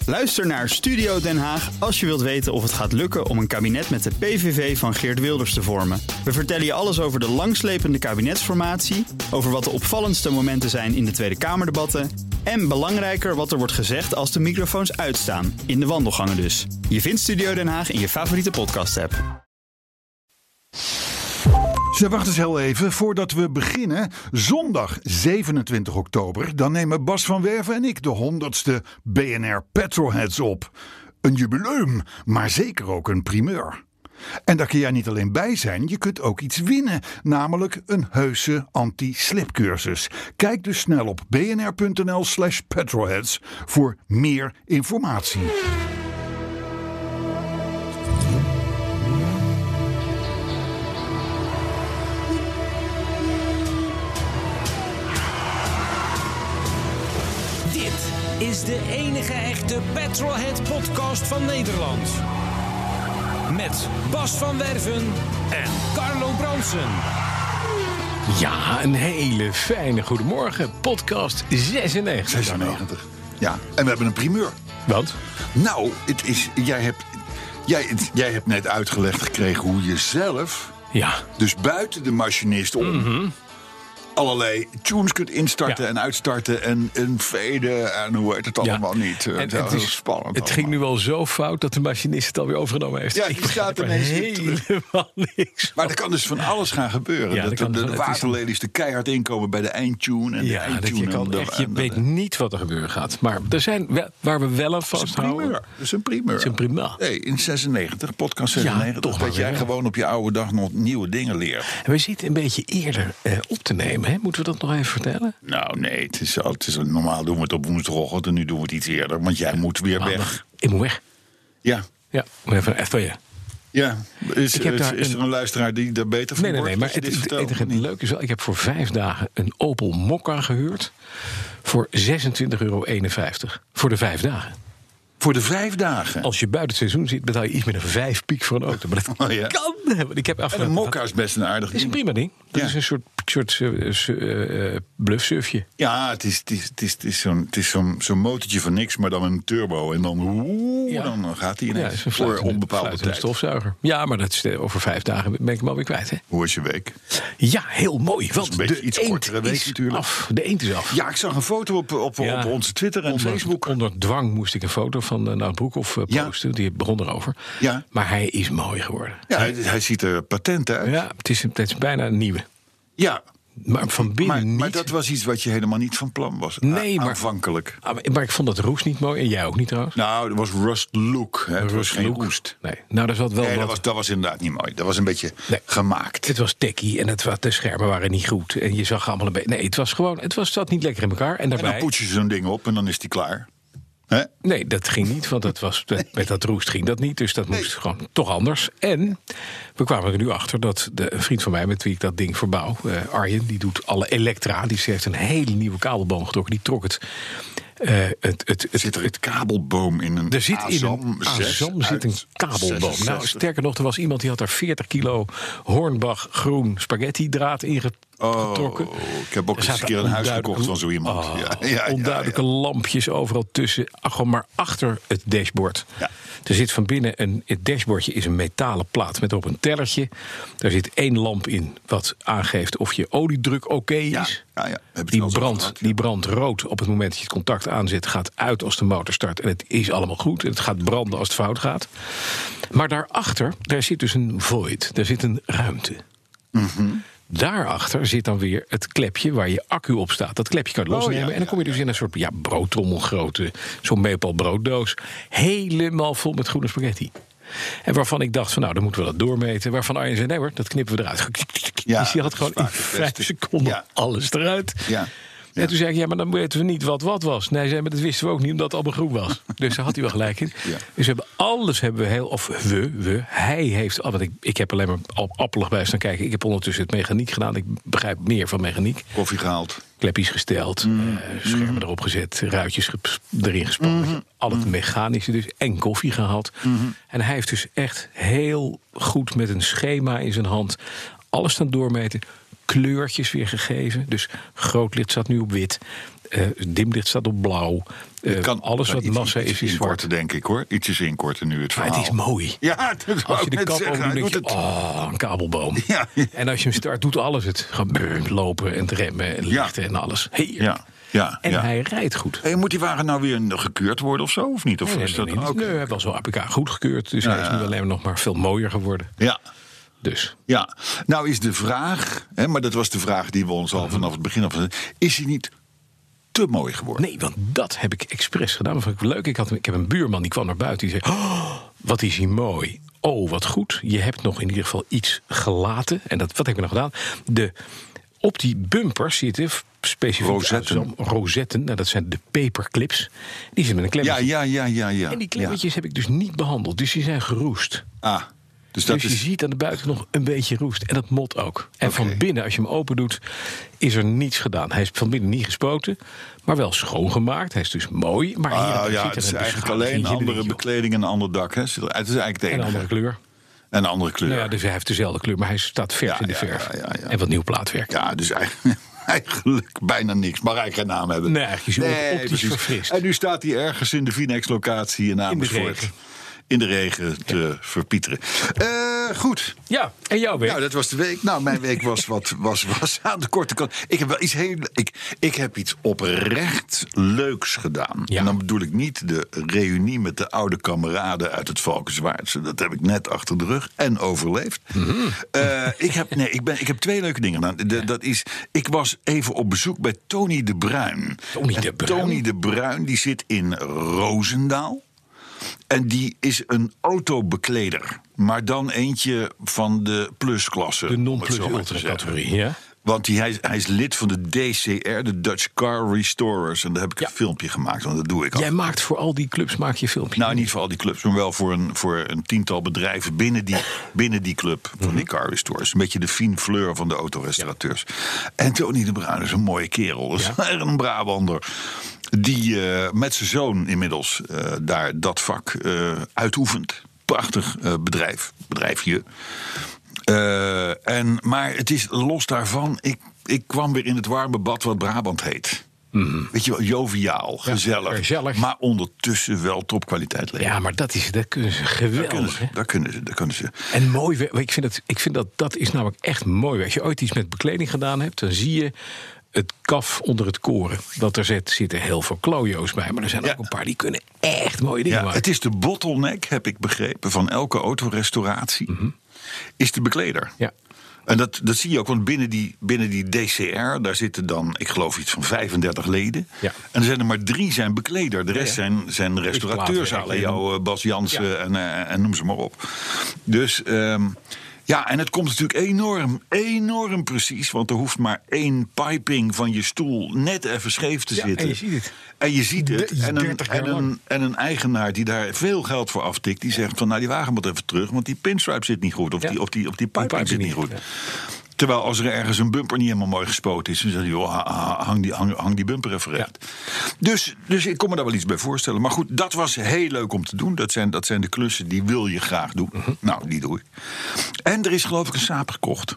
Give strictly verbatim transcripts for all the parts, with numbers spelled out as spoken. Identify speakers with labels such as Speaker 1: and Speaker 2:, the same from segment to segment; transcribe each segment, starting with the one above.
Speaker 1: Luister naar Studio Den Haag als je wilt weten of het gaat lukken om een kabinet met de P V V van Geert Wilders te vormen. We vertellen je alles over de langslepende kabinetsformatie, over wat de opvallendste momenten zijn in de Tweede Kamerdebatten en belangrijker wat er wordt gezegd als de microfoons uitstaan, in de wandelgangen dus. Je vindt Studio Den Haag in je favoriete podcast-app.
Speaker 2: Ze wacht eens heel even voordat we beginnen. Zondag zevenentwintig oktober, dan nemen Bas van Werven en ik de honderdste B N R Petrolheads op. Een jubileum, maar zeker ook een primeur. En daar kun jij niet alleen bij zijn, je kunt ook iets winnen. Namelijk een heuse anti-slipcursus. Kijk dus snel op bnr.nl slash petrolheads voor meer informatie.
Speaker 3: Is de enige echte Petrolhead-podcast van Nederland. Met Bas van Werven en Carlo Bronsen.
Speaker 4: Ja, een hele fijne goedemorgen. Podcast zesennegentig.
Speaker 2: zesennegentig. Ja, en we hebben een primeur.
Speaker 4: Wat?
Speaker 2: Nou, het is, jij, hebt, jij, het, jij hebt net uitgelegd gekregen hoe je zelf,
Speaker 4: ja,
Speaker 2: dus buiten de machinist om, mm-hmm. allerlei tunes kunt instarten ja. en uitstarten en een faden en hoe heet het allemaal ja. niet.
Speaker 4: En,
Speaker 2: het,
Speaker 4: het is spannend. Het allemaal. ging nu wel zo fout dat de machinist het alweer overgenomen heeft.
Speaker 2: Ja, die staat ineens
Speaker 4: helemaal niks.
Speaker 2: Maar er kan dus van alles gaan gebeuren.
Speaker 4: Ja,
Speaker 2: dat
Speaker 4: kan,
Speaker 2: de de waterlelies er keihard inkomen bij de eindtune. En
Speaker 4: ja,
Speaker 2: de eindtune
Speaker 4: dat je kan
Speaker 2: en
Speaker 4: echt,
Speaker 2: de,
Speaker 4: je weet de, niet wat er gebeuren gaat. Maar er zijn waar we wel aan vasthouden.
Speaker 2: Dat is een primeur.
Speaker 4: Dat is een primeur.
Speaker 2: Nee, in zesennegentig, podcast zesennegentig, ja, toch dat jij wel. Gewoon op je oude dag nog nieuwe dingen leert.
Speaker 4: En we zitten een beetje eerder uh, op te nemen. Hè? Moeten we dat nog even vertellen?
Speaker 2: Nou, nee, het is, het is, normaal doen we het op woensdagochtend en nu doen we het iets eerder. Want jij moet weer
Speaker 4: Maandag.
Speaker 2: weg.
Speaker 4: Ik moet weg.
Speaker 2: Ja.
Speaker 4: Ja, maar even even ja.
Speaker 2: Ja, is,
Speaker 4: ik heb
Speaker 2: is,
Speaker 4: daar
Speaker 2: is er een, een luisteraar die daar beter van
Speaker 4: nee, nee,
Speaker 2: wordt?
Speaker 4: Nee, maar het, het, het, het leuke is wel, ik heb voor vijf dagen een Opel Mokka gehuurd voor zesentwintig euro eenenvijftig. Voor de vijf dagen.
Speaker 2: Voor de vijf dagen?
Speaker 4: Als je buiten het seizoen zit, betaal je iets meer dan vijf piek voor een auto. Maar dat oh, ja. kan. Ik heb
Speaker 2: en een Mokka is best een aardig ding.
Speaker 4: Het is een prima ding. Dat ja. is een soort, soort uh, uh, bluffsufje.
Speaker 2: Ja, het is, het is, het is, het is zo'n, het is zo'n, zo'n motortje van niks, maar dan een turbo. En dan, oeh, ja. dan gaat hij ineens ja, een voor onbepaalde tijd.
Speaker 4: Een stofzuiger. Ja, maar dat is, over vijf dagen ben ik hem alweer kwijt. Hè?
Speaker 2: Hoe was je week?
Speaker 4: Ja, heel mooi. Want
Speaker 2: een beetje
Speaker 4: de
Speaker 2: iets
Speaker 4: eend
Speaker 2: kortere week
Speaker 4: is
Speaker 2: natuurlijk.
Speaker 4: af. De eend is af.
Speaker 2: Ja, ik zag een foto op, op, ja. op onze Twitter en
Speaker 4: onder,
Speaker 2: Facebook.
Speaker 4: Onder dwang moest ik een foto van uh, Nout Broekhoff uh, posten. Ja. Die begon erover.
Speaker 2: Ja.
Speaker 4: Maar hij is mooi geworden.
Speaker 2: Ja, hij, hij ziet er patent uit.
Speaker 4: Ja, het is, het is bijna een nieuwe.
Speaker 2: Ja.
Speaker 4: Maar van binnen
Speaker 2: maar,
Speaker 4: niet.
Speaker 2: Maar dat was iets wat je helemaal niet van plan was.
Speaker 4: Nee, maar,
Speaker 2: aanvankelijk.
Speaker 4: Maar, maar ik vond dat roest niet mooi. En jij ook niet trouwens?
Speaker 2: Nou, dat was rust look. Hè. Het
Speaker 4: rust
Speaker 2: was geen
Speaker 4: look.
Speaker 2: roest.
Speaker 4: Nee, nou, dat, was wel
Speaker 2: nee
Speaker 4: wat...
Speaker 2: dat, was, dat was inderdaad niet mooi. Dat was een beetje nee. gemaakt.
Speaker 4: Het was techie en het was, de schermen waren niet goed. En je zag allemaal een beetje... Nee, het was gewoon... Het was, zat niet lekker in elkaar. En, daarbij...
Speaker 2: en dan poets je zo'n ding op en dan is die klaar. He?
Speaker 4: Nee, dat ging niet, want dat was, nee. met dat roest ging dat niet. Dus dat moest nee. gewoon toch anders. En we kwamen er nu achter dat de, een vriend van mij met wie ik dat ding verbouw, uh, Arjen, die doet alle elektra. Die heeft een hele nieuwe kabelboom getrokken. Die trok het... Uh, het, het, het,
Speaker 2: zit er een kabelboom in een
Speaker 4: er zit in een Azam zit een kabelboom. zesenzestig. Nou, sterker nog, er was iemand die had daar veertig kilo Hornbach groen spaghetti draad in getrokken.
Speaker 2: Oh, ik heb ook eens een keer een huis gekocht van zo iemand.
Speaker 4: Oh,
Speaker 2: ja, ja,
Speaker 4: onduidelijke
Speaker 2: ja, ja.
Speaker 4: lampjes overal tussen. Ach, gewoon maar achter het dashboard.
Speaker 2: Ja.
Speaker 4: Er zit van binnen een... Het dashboardje is een metalen plaat met op een tellertje. Daar zit één lamp in wat aangeeft of je oliedruk oké okay is.
Speaker 2: Ja, ja, ja.
Speaker 4: Die, brandt, gehad, ja. die brandt rood op het moment dat je het contact aanzet. Gaat uit als de motor start. En het is allemaal goed. En het gaat branden als het fout gaat. Maar daarachter, daar zit dus een void. Daar zit een ruimte.
Speaker 2: Mm-hmm.
Speaker 4: Daarachter zit dan weer het klepje waar je accu op staat. Dat klepje kan je losnemen. Oh, ja, en dan kom je dus in een soort ja, broodtrommelgrote, zo'n Maple brooddoos. Helemaal vol met groene spaghetti. En waarvan ik dacht van nou, dan moeten we dat doormeten. Waarvan Arjen zei, nee hoor, dat knippen we eruit. Ja, dus die had gewoon in vijf seconden ja. alles eruit.
Speaker 2: Ja. Ja.
Speaker 4: En toen zei ik, ja, maar dan weten we niet wat wat was. Nee, zei, maar dat wisten we ook niet, omdat het allemaal groen was. Dus daar had hij wel gelijk in. Ja. Dus we hebben alles hebben we heel... Of we, we, hij heeft... Want ik, ik heb alleen maar appelig bij staan kijken. Ik heb ondertussen het mechaniek gedaan. Ik begrijp meer van mechaniek.
Speaker 2: Koffie gehaald.
Speaker 4: Klepjes gesteld, mm. uh, schermen mm. erop gezet, ruitjes ge- erin gespannen. Mm-hmm. Al het mechanische dus. En koffie gehaald. Mm-hmm. En hij heeft dus echt heel goed met een schema in zijn hand alles staan doormeten. Kleurtjes weer gegeven. Dus groot licht staat nu op wit. Uh, dimlicht staat op blauw. Uh,
Speaker 2: kan,
Speaker 4: alles wat
Speaker 2: iets,
Speaker 4: massa
Speaker 2: iets
Speaker 4: is, is
Speaker 2: inkorten,
Speaker 4: zwart.
Speaker 2: denk ik, hoor. Ietsjes inkorten nu het verhaal.
Speaker 4: Maar het is mooi.
Speaker 2: Ja, dat
Speaker 4: als je de kap
Speaker 2: zeggen,
Speaker 4: open doet, denk
Speaker 2: doet
Speaker 4: je,
Speaker 2: het.
Speaker 4: oh, een kabelboom.
Speaker 2: Ja.
Speaker 4: En als je hem start, doet alles het. Gewoon brrr, lopen en remmen en lichten
Speaker 2: Ja.
Speaker 4: en alles. Heerlijk.
Speaker 2: Ja, ja,
Speaker 4: En
Speaker 2: ja.
Speaker 4: hij rijdt goed.
Speaker 2: Hey, moet die wagen nou weer gekeurd worden of zo, of niet? Of
Speaker 4: Nee, nee,
Speaker 2: is
Speaker 4: nee,
Speaker 2: dat
Speaker 4: nee,
Speaker 2: ook?
Speaker 4: nee, hij was wel A P K goedgekeurd. Dus
Speaker 2: Ja,
Speaker 4: hij is nu
Speaker 2: ja.
Speaker 4: alleen maar nog maar veel mooier geworden.
Speaker 2: Ja.
Speaker 4: Dus.
Speaker 2: Ja, nou is de vraag, hè, maar dat was de vraag die we ons al vanaf het begin af hadden. Is hij niet te mooi geworden?
Speaker 4: Nee, want dat heb ik expres gedaan. Dat vond ik leuk. Ik, had, ik heb een buurman die kwam naar buiten. Die zei, oh, wat is hij mooi. Oh, wat goed. Je hebt nog in ieder geval iets gelaten. En dat, wat heb ik nou gedaan? De, op die bumpers zitten specifiek
Speaker 2: Rosetten.
Speaker 4: rozetten. Nou, dat zijn de paperclips. Die zitten met een klemmetje.
Speaker 2: Ja, ja, ja, ja, ja.
Speaker 4: En die klemmetjes heb ik dus niet behandeld. Dus die zijn geroest.
Speaker 2: Ah, dus dat
Speaker 4: Dus je
Speaker 2: is...
Speaker 4: ziet aan de buiten nog een beetje roest. En dat mot ook. En
Speaker 2: Oké.
Speaker 4: van binnen, als je hem open doet, is er niets gedaan. Hij is van binnen niet gespoten, maar wel schoongemaakt. Hij is dus mooi. Maar hier en
Speaker 2: Ah,
Speaker 4: daar
Speaker 2: ja,
Speaker 4: zit er
Speaker 2: het is
Speaker 4: een
Speaker 2: eigenlijk alleen
Speaker 4: beschadiging in,
Speaker 2: andere
Speaker 4: denk je,
Speaker 2: bekleding en een ander dak. Hè. Het is eigenlijk het
Speaker 4: joh. En
Speaker 2: enige.
Speaker 4: een andere kleur.
Speaker 2: En een andere kleur.
Speaker 4: Nou ja, dus hij heeft dezelfde kleur, maar hij staat vers
Speaker 2: Ja,
Speaker 4: in de
Speaker 2: ja,
Speaker 4: verf.
Speaker 2: ja, ja, ja.
Speaker 4: En wat nieuw plaatwerk.
Speaker 2: Ja, dus eigenlijk, eigenlijk bijna niks. Mag eigenlijk geen naam hebben.
Speaker 4: Nee, eigenlijk is hij optisch
Speaker 2: precies.
Speaker 4: verfrist.
Speaker 2: En nu staat hij ergens in de Vinex-locatie in Amersfoort.
Speaker 4: regen.
Speaker 2: In de regen te verpieteren. Eh, goed.
Speaker 4: Ja, en jouw week?
Speaker 2: Nou, dat was de week. Nou, mijn week was, wat, was, was aan de korte kant. Ik heb wel iets heel. Ik, ik heb iets oprecht leuks gedaan.
Speaker 4: Ja.
Speaker 2: En dan bedoel ik niet de reunie met de oude kameraden uit het Valkenswaardse. Dat heb ik net achter de rug en overleefd.
Speaker 4: Mhm.
Speaker 2: Eh, ik, heb, nee, ik, ben, ik heb twee leuke dingen gedaan. De, dat is, ik was even op bezoek bij Tony de Bruin.
Speaker 4: Tony de
Speaker 2: En
Speaker 4: Bruin?
Speaker 2: Tony de Bruin die zit in Roosendaal. En die is een autobekleder. Maar dan eentje van de plusklasse.
Speaker 4: de
Speaker 2: om het
Speaker 4: non-plus
Speaker 2: zo maar te
Speaker 4: ultra
Speaker 2: zeggen.
Speaker 4: categorie, ja?
Speaker 2: Want die, hij, is, hij is lid van de D C R, de Dutch Car Restorers. En daar heb ik
Speaker 4: Ja.
Speaker 2: een filmpje gemaakt, want dat doe ik al.
Speaker 4: Jij maakt voor al die clubs maak je filmpjes.
Speaker 2: Nou, niet voor al die clubs, maar wel voor een, voor een tiental bedrijven binnen die, binnen die club van die car restorers. Een beetje de fine fleur van de autorestaurateurs. En Tony de Bruin is een mooie kerel. Dat is
Speaker 4: Ja.
Speaker 2: een Brabander. Die uh, met zijn zoon inmiddels uh, daar dat vak uh, uitoefent. Prachtig uh, bedrijf, bedrijfje. Uh, en, maar het is los daarvan, ik, ik kwam weer in het warme bad wat Brabant heet. Mm. Weet je wel, joviaal, gezellig,
Speaker 4: gezellig.
Speaker 2: maar ondertussen wel topkwaliteit leven.
Speaker 4: Ja, maar dat, is, dat kunnen ze geweldig.
Speaker 2: Dat kunnen ze,
Speaker 4: hè?
Speaker 2: dat kunnen ze, dat kunnen ze.
Speaker 4: En mooi, we- ik vind, dat, ik vind dat dat is namelijk echt mooi. Als je ooit iets met bekleding gedaan hebt, dan zie je het kaf onder het koren. Dat er zit, zitten heel veel klojo's bij, maar er zijn
Speaker 2: Ja.
Speaker 4: ook een paar die kunnen echt mooie dingen
Speaker 2: Ja,
Speaker 4: maken.
Speaker 2: het is de bottleneck, heb ik begrepen, van elke autorestauratie. Mm-hmm. Is de bekleder.
Speaker 4: Ja.
Speaker 2: En dat, dat zie je ook, want binnen die, binnen die D C R, daar zitten dan, ik geloof iets van vijfendertig leden.
Speaker 4: Ja.
Speaker 2: En er zijn er maar drie zijn bekleder. De rest
Speaker 4: Ja, ja.
Speaker 2: zijn, zijn restaurateurs,
Speaker 4: plaatwerk,
Speaker 2: alle jou, eh, Bas Jansen
Speaker 4: Ja.
Speaker 2: en, eh, en noem ze maar op. Dus um, ja, en het komt natuurlijk enorm, enorm precies. Want er hoeft maar één piping van je stoel net even scheef te
Speaker 4: Ja,
Speaker 2: zitten.
Speaker 4: en je ziet het.
Speaker 2: En je ziet het.
Speaker 4: De-
Speaker 2: En een,
Speaker 4: dertig jaar
Speaker 2: en,
Speaker 4: lang.
Speaker 2: een, en een eigenaar die daar veel geld voor aftikt, die zegt van nou die wagen moet even terug, want die pinstripe zit niet goed. Of
Speaker 4: Ja.
Speaker 2: die, of die, of die piping
Speaker 4: pipe
Speaker 2: zit niet
Speaker 4: niet,
Speaker 2: goed.
Speaker 4: ja.
Speaker 2: Terwijl als er ergens een bumper niet helemaal mooi gespoten is, dan zeg je, joh, ha- ha- hang die, hang, hang die bumper even recht. Dus, dus ik kon me daar wel iets bij voorstellen. Maar goed, dat was heel leuk om te doen. Dat zijn, dat zijn de klussen die wil je graag doen.
Speaker 4: Mhm.
Speaker 2: Nou, die doe ik. En er is geloof ik een saap gekocht.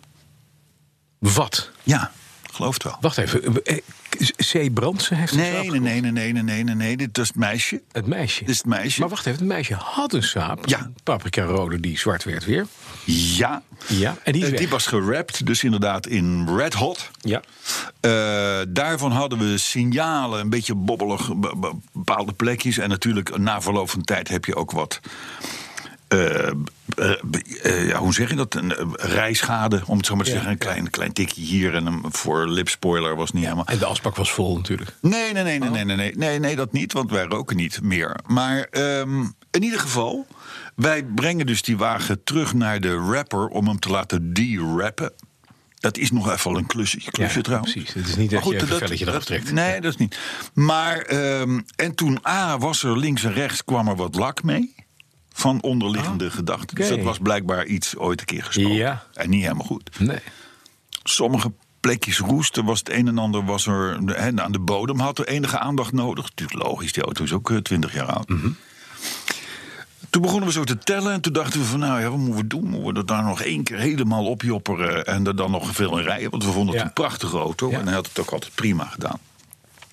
Speaker 4: Wat?
Speaker 2: Ja, geloof het wel.
Speaker 4: Wacht even. eh, C. Brandsen heeft een
Speaker 2: Nee,
Speaker 4: saap
Speaker 2: nee,
Speaker 4: gekocht?
Speaker 2: nee, nee, nee, nee, nee, nee. Dit is het meisje.
Speaker 4: Het meisje.
Speaker 2: Dit is het meisje.
Speaker 4: Maar wacht even, het meisje had een saap.
Speaker 2: Ja.
Speaker 4: Een paprika rode die zwart werd weer.
Speaker 2: Ja.
Speaker 4: Ja, en die is
Speaker 2: Eh,
Speaker 4: weg.
Speaker 2: die was gerapt, dus inderdaad in Red Hot.
Speaker 4: Ja.
Speaker 2: Uh, daarvan hadden we signalen, een beetje bobbelig, be- be- bepaalde plekjes. En natuurlijk, na verloop van tijd heb je ook wat. Uh, uh, uh, ja, hoe zeg je dat? Een uh, rijschade, om het zo maar te
Speaker 4: Ja,
Speaker 2: zeggen. Een
Speaker 4: ja.
Speaker 2: klein, klein tikje hier en een voor lipspoiler was niet helemaal.
Speaker 4: En de asbak was vol natuurlijk.
Speaker 2: Nee, nee, nee, nee, nee, nee, nee, nee, nee, dat niet, want wij roken niet meer. Maar um, in ieder geval, wij brengen dus die wagen terug naar de rapper om hem te laten de-rappen. Dat is nog even een klusje, klusje
Speaker 4: Ja,
Speaker 2: trouwens.
Speaker 4: precies. Het is niet dat je even een velletje eraf trekt.
Speaker 2: Nee, dat is niet. Maar, um, en toen A, was er links en rechts, kwam er wat lak mee. Van onderliggende gedachten. Dus
Speaker 4: oké.
Speaker 2: dat was blijkbaar iets ooit een keer gesproken.
Speaker 4: Ja.
Speaker 2: En niet helemaal goed.
Speaker 4: Nee.
Speaker 2: Sommige plekjes roest. Er was het een en ander was er, he, aan de bodem had er enige aandacht nodig. Natuurlijk logisch, die auto is ook twintig jaar oud. Mm-hmm. Toen begonnen we zo te tellen en toen dachten we van nou ja, wat moeten we doen? Moeten we er daar nog één keer helemaal opjopperen en er dan nog veel in rijden? Want we vonden het
Speaker 4: Ja.
Speaker 2: een prachtige auto
Speaker 4: Ja.
Speaker 2: en hij had het ook altijd prima gedaan.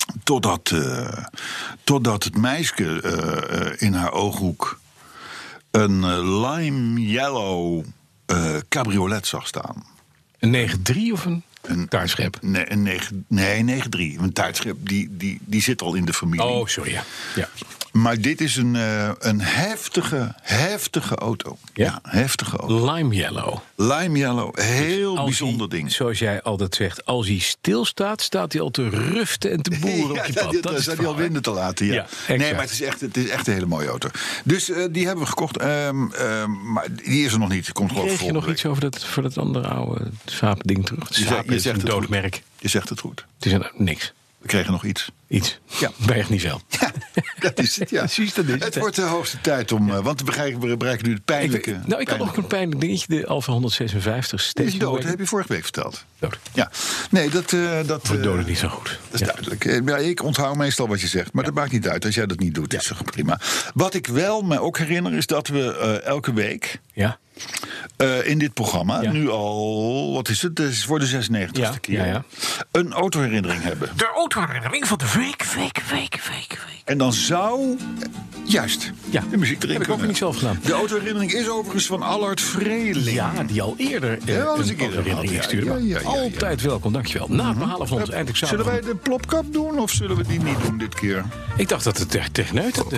Speaker 2: Totdat, uh, totdat het meisje uh, uh, in haar ooghoek een uh, lime yellow uh, cabriolet zag staan.
Speaker 4: Een negen drie of een
Speaker 2: Een
Speaker 4: taartschep?
Speaker 2: Nee, een negen, nee, negen drie. Een taartschep die, die, die zit al in de familie.
Speaker 4: Oh, sorry, ja. ja.
Speaker 2: Maar dit is een, uh, een heftige, heftige auto.
Speaker 4: Ja?
Speaker 2: Ja, heftige auto.
Speaker 4: Lime yellow.
Speaker 2: Lime yellow, heel
Speaker 4: Als
Speaker 2: bijzonder
Speaker 4: hij,
Speaker 2: ding.
Speaker 4: Zoals jij altijd zegt, als hij stilstaat, staat hij al te ruften en te boeren op je pad.
Speaker 2: Ja,
Speaker 4: dat is
Speaker 2: zijn
Speaker 4: het
Speaker 2: die al
Speaker 4: verhaal,
Speaker 2: winden te laten. Ja.
Speaker 4: Ja, exact.
Speaker 2: Nee, maar het is, echt, het is echt een hele mooie auto. Dus uh, die hebben we gekocht. Um, um, maar die is er nog niet. Die komt gewoon
Speaker 4: Kreeg je nog
Speaker 2: volgende
Speaker 4: iets over dat, voor dat andere oude Saab-ding terug?
Speaker 2: Je,
Speaker 4: Saab
Speaker 2: zegt, je
Speaker 4: is
Speaker 2: zegt
Speaker 4: een
Speaker 2: het
Speaker 4: dood
Speaker 2: goed.
Speaker 4: merk.
Speaker 2: Je zegt het goed.
Speaker 4: Het is een, niks.
Speaker 2: We kregen nog iets.
Speaker 4: Iets.
Speaker 2: Ja.
Speaker 4: Berg niet veel.
Speaker 2: Dat is het, ja.
Speaker 4: Precies, dat is het.
Speaker 2: Het wordt de hoogste tijd om... Ja. Want we bereiken, we bereiken nu het pijnlijke...
Speaker 4: Ik, nou, ik had nog een pijnlijk dingetje. De Alfa honderdzesenvijftig.
Speaker 2: Die is dood,
Speaker 4: Wagon.
Speaker 2: dat heb je vorige week verteld.
Speaker 4: Dood.
Speaker 2: Ja. Nee, dat... Uh, dat
Speaker 4: Wordt
Speaker 2: uh,
Speaker 4: dood niet zo goed.
Speaker 2: Dat is
Speaker 4: Ja.
Speaker 2: duidelijk. Ja, ik onthoud meestal wat je zegt, maar
Speaker 4: Ja.
Speaker 2: dat maakt niet uit. Als jij dat niet doet, is toch prima. Wat ik wel me ook herinner, is dat we uh, elke week...
Speaker 4: Ja.
Speaker 2: Uh, in dit programma,
Speaker 4: Ja.
Speaker 2: nu al, wat is het, dus voor de zesennegentigste
Speaker 4: Ja,
Speaker 2: keer...
Speaker 4: ja, ja.
Speaker 2: een autoherinnering hebben.
Speaker 4: De autoherinnering van de week, week, week, week, week.
Speaker 2: En dan zou, juist,
Speaker 4: Ja.
Speaker 2: de muziek erin
Speaker 4: Heb ik ook
Speaker 2: kunnen.
Speaker 4: niet zelf gedaan.
Speaker 2: De autoherinnering is overigens van Allard Vreeling.
Speaker 4: Ja, die al eerder uh,
Speaker 2: Ja, dat is
Speaker 4: een
Speaker 2: een keer
Speaker 4: autoherinnering
Speaker 2: gehad, ja,
Speaker 4: stuurde.
Speaker 2: ja,
Speaker 4: maar
Speaker 2: ja, ja, ja.
Speaker 4: Altijd welkom, dankjewel. Na het behalen van ons eindexamen.
Speaker 2: Zullen wij de plopkap doen of zullen we die niet doen dit keer?
Speaker 4: Ik dacht dat het tegen techneut... Dat,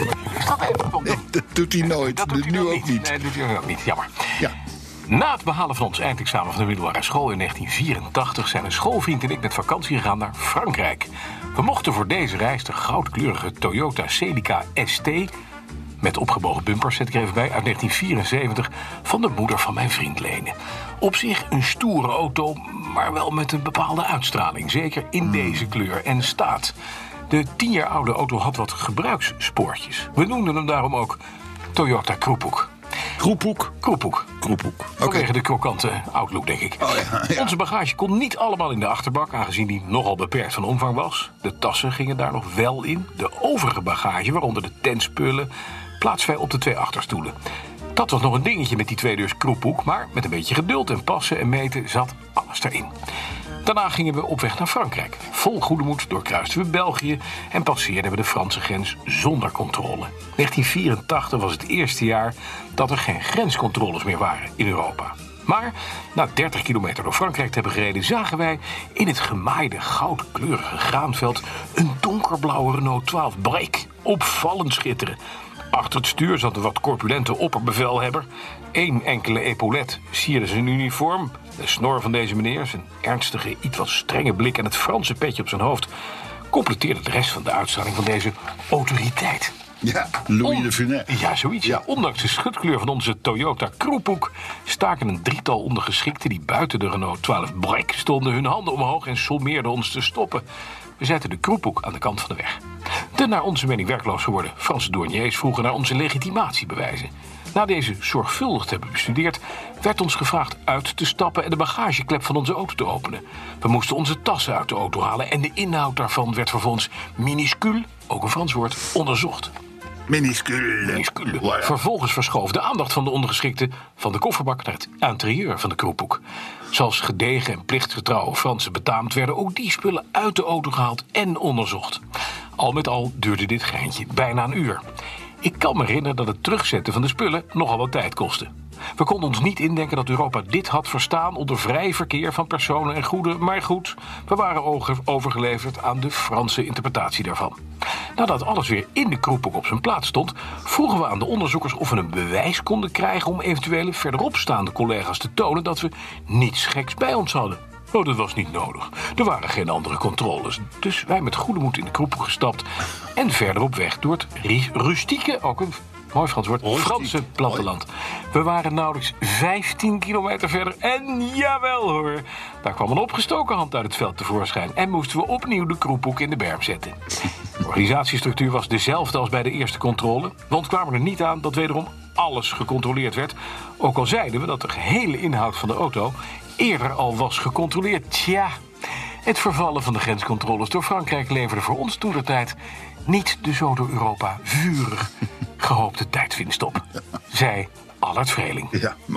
Speaker 2: Nee, dat doet hij nooit.
Speaker 4: dat doet hij
Speaker 2: nu
Speaker 4: dan
Speaker 2: ook niet.
Speaker 4: Nee, dat doet hij ook niet. Jammer.
Speaker 2: Ja.
Speaker 4: Na het behalen van ons eindexamen van de middelbare school in negentien vierentachtig... zijn een schoolvriend en ik met vakantie gegaan naar Frankrijk. We mochten voor deze reis de goudkleurige Toyota Celica S T... met opgebogen bumpers, zet ik er even bij, uit negentien vierenzeventig... van de moeder van mijn vriend lenen. Op zich een stoere auto, maar wel met een bepaalde uitstraling. Zeker in deze kleur en staat. De tien jaar oude auto had wat gebruiksspoortjes. We noemden hem daarom ook Toyota Kroepoek.
Speaker 2: Kroepoek.
Speaker 4: Kroepoek.
Speaker 2: Kroepoek. Oké.
Speaker 4: Vanwege de krokante outlook, denk ik.
Speaker 2: Oh, ja, ja.
Speaker 4: Onze bagage kon niet allemaal in de achterbak, aangezien die nogal beperkt van omvang was. De tassen gingen daar nog wel in. De overige bagage, waaronder de tentspullen, plaatsen wij op de twee achterstoelen. Dat was nog een dingetje met die tweedeurs kroepoek, maar met een beetje geduld en passen en meten zat alles erin. Daarna gingen we op weg naar Frankrijk. Vol goede moed doorkruisten we België en passeerden we de Franse grens zonder controle. negentien vierentachtig was het eerste jaar dat er geen grenscontroles meer waren in Europa. Maar na dertig kilometer door Frankrijk te hebben gereden, zagen wij in het gemaaide goudkleurige graanveld een donkerblauwe Renault twaalf Break opvallend schitteren. Achter het stuur zat een wat corpulente opperbevelhebber. Eén enkele epaulet sierde zijn uniform. De snor van deze meneer, zijn ernstige, iets wat strenge blik en het Franse petje op zijn hoofd completeerde de rest van de uitstraling van deze autoriteit.
Speaker 2: Ja, Louis de Funès.
Speaker 4: Ja, zoiets.
Speaker 2: Ja.
Speaker 4: Ondanks de schutkleur van onze Toyota Kroepoek staken een drietal ondergeschikten die buiten de Renault twaalf Break stonden hun handen omhoog en sommeerden ons te stoppen. We zetten de Kroepoek aan de kant van de weg. De naar onze mening werkloos geworden Franse douaniers vroegen naar onze legitimatiebewijzen. Na deze zorgvuldig te hebben bestudeerd, werd ons gevraagd uit te stappen en de bagageklep van onze auto te openen. We moesten onze tassen uit de auto halen en de inhoud daarvan werd vervolgens minuscuul, ook een Frans woord, onderzocht.
Speaker 2: Minuscule.
Speaker 4: Minuscule.
Speaker 2: Voilà.
Speaker 4: Vervolgens verschoof de aandacht van de ondergeschikte van de kofferbak naar het interieur van de kroepoek. Zoals gedegen en plichtgetrouwe Fransen betaamt werden ook die spullen uit de auto gehaald en onderzocht. Al met al duurde dit geintje bijna een uur. Ik kan me herinneren dat het terugzetten van de spullen nogal wat tijd kostte. We konden ons niet indenken dat Europa dit had verstaan onder vrij verkeer van personen en goederen. Maar goed, we waren over- overgeleverd aan de Franse interpretatie daarvan. Nadat alles weer in de kroepoek op zijn plaats stond, vroegen we aan de onderzoekers of we een bewijs konden krijgen om eventuele verderopstaande collega's te tonen dat we niets geks bij ons hadden. Oh, dat was niet nodig. Er waren geen andere controles. Dus wij met goede moed in de kroepoek gestapt en verder op weg door het ri- rustieke, ook een mooi Frans woord, Franse platteland. We waren nauwelijks vijftien kilometer verder en jawel hoor, daar kwam een opgestoken hand uit het veld tevoorschijn en moesten we opnieuw de kroepoek in de berm zetten. De organisatiestructuur was dezelfde als bij de eerste controle. We ontkwamen er niet aan dat wederom alles gecontroleerd werd. Ook al zeiden we dat de gehele inhoud van de auto eerder al was gecontroleerd. Tja, het vervallen van de grenscontroles door Frankrijk leverde voor ons toentertijd niet de zo door Europa vurig gehoopte tijdwinst op. Zij Allard Vreling.
Speaker 2: Ja, mooi.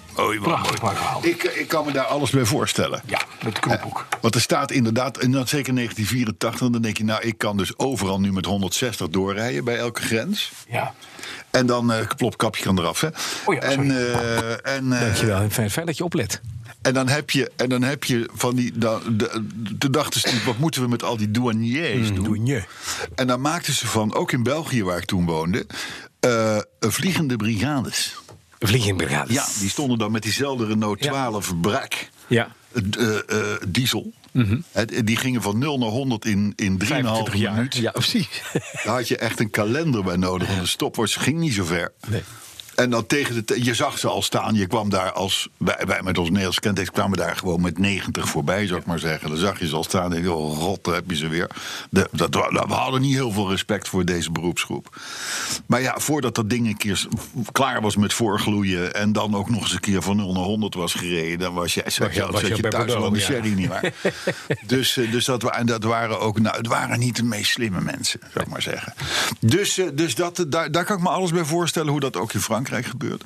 Speaker 2: mooi, mooi,
Speaker 4: Prachtig mooi verhaal.
Speaker 2: Ik, ik kan me daar alles bij voorstellen.
Speaker 4: Ja, met de knoophoek.
Speaker 2: Eh, want er staat inderdaad, en dat zeker negentien vierentachtig... dan denk je, nou, ik kan dus overal nu met honderdzestig doorrijden... bij elke grens.
Speaker 4: Ja.
Speaker 2: En dan uh, plopkapje kan eraf, hè.
Speaker 4: Oh ja,
Speaker 2: en, uh, en, uh,
Speaker 4: dankjewel, fijn, fijn dat je oplet.
Speaker 2: En dan heb je, en dan heb je van die... Dan, de, de dachten ze, wat moeten we met al die douaniers
Speaker 4: Mm,
Speaker 2: doen?
Speaker 4: douanier.
Speaker 2: En dan maakten ze van, ook in België waar ik toen woonde... Uh, vliegende brigades.
Speaker 4: Vliegende brigades.
Speaker 2: Ja, die stonden dan met diezelfde Renault twaalf ja. Brak.
Speaker 4: Ja.
Speaker 2: Uh, uh, diesel. Mm-hmm. He, die gingen van nul naar honderd in, in drieënhalve minuut.
Speaker 4: Ja, precies.
Speaker 2: Daar had je echt een kalender bij nodig. Want de stopwatch ging niet zo ver. Nee. En dan tegen de te- je zag ze al staan. Je kwam daar als wij, wij met ons Nederlands kentekst kwamen daar gewoon met negentig voorbij, zou ik maar zeggen. Dan zag je ze al staan en oh god, daar heb je ze weer. De, dat, we hadden niet heel veel respect voor deze beroepsgroep. Maar ja, voordat dat ding een keer klaar was met voorgloeien en dan ook nog eens een keer van nul naar honderd was gereden, dan was je, zat je, was je, je thuis al aan de ja. sherry, niet waar? dus dus dat, en dat waren ook, nou, het waren niet de meest slimme mensen, zou ik maar zeggen. Dus, dus dat, daar, daar kan ik me alles bij voorstellen hoe dat ook in Frankrijk gebeurde.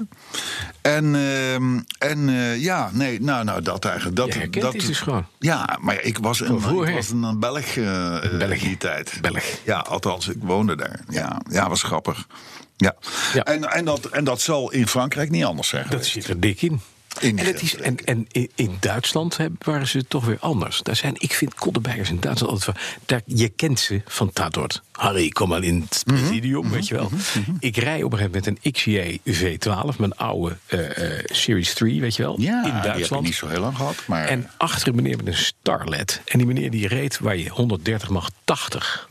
Speaker 2: En, uh, en uh, ja, nee, nou, nou dat eigenlijk. Dat,
Speaker 4: je herkent
Speaker 2: dat,
Speaker 4: is dus gewoon.
Speaker 2: Ja, maar ik was een, ik was een Belg uh,
Speaker 4: Belg.
Speaker 2: die tijd.
Speaker 4: Belg.
Speaker 2: Ja, althans, ik woonde daar. Ja, ja was grappig. Ja. ja. En, en, dat, en dat zal in Frankrijk niet anders zijn.
Speaker 4: Dat zit er dik in. En, het is, en, en in Duitsland hè, waren ze toch weer anders. Daar zijn, ik vind Koddenbergers in Duitsland altijd van. Daar, je kent ze van Tatort. Harry, kom maar in het presidium, mm-hmm, weet je wel. Mm-hmm. Ik rij op een gegeven moment een X J V twaalf, mijn oude uh, uh, Series drie, weet je wel.
Speaker 2: Ja,
Speaker 4: in Duitsland.
Speaker 2: Die heb ik niet zo heel lang gehad. Maar...
Speaker 4: En achter een meneer met een Starlet. En die meneer die reed waar je honderddertig mag, tachtig.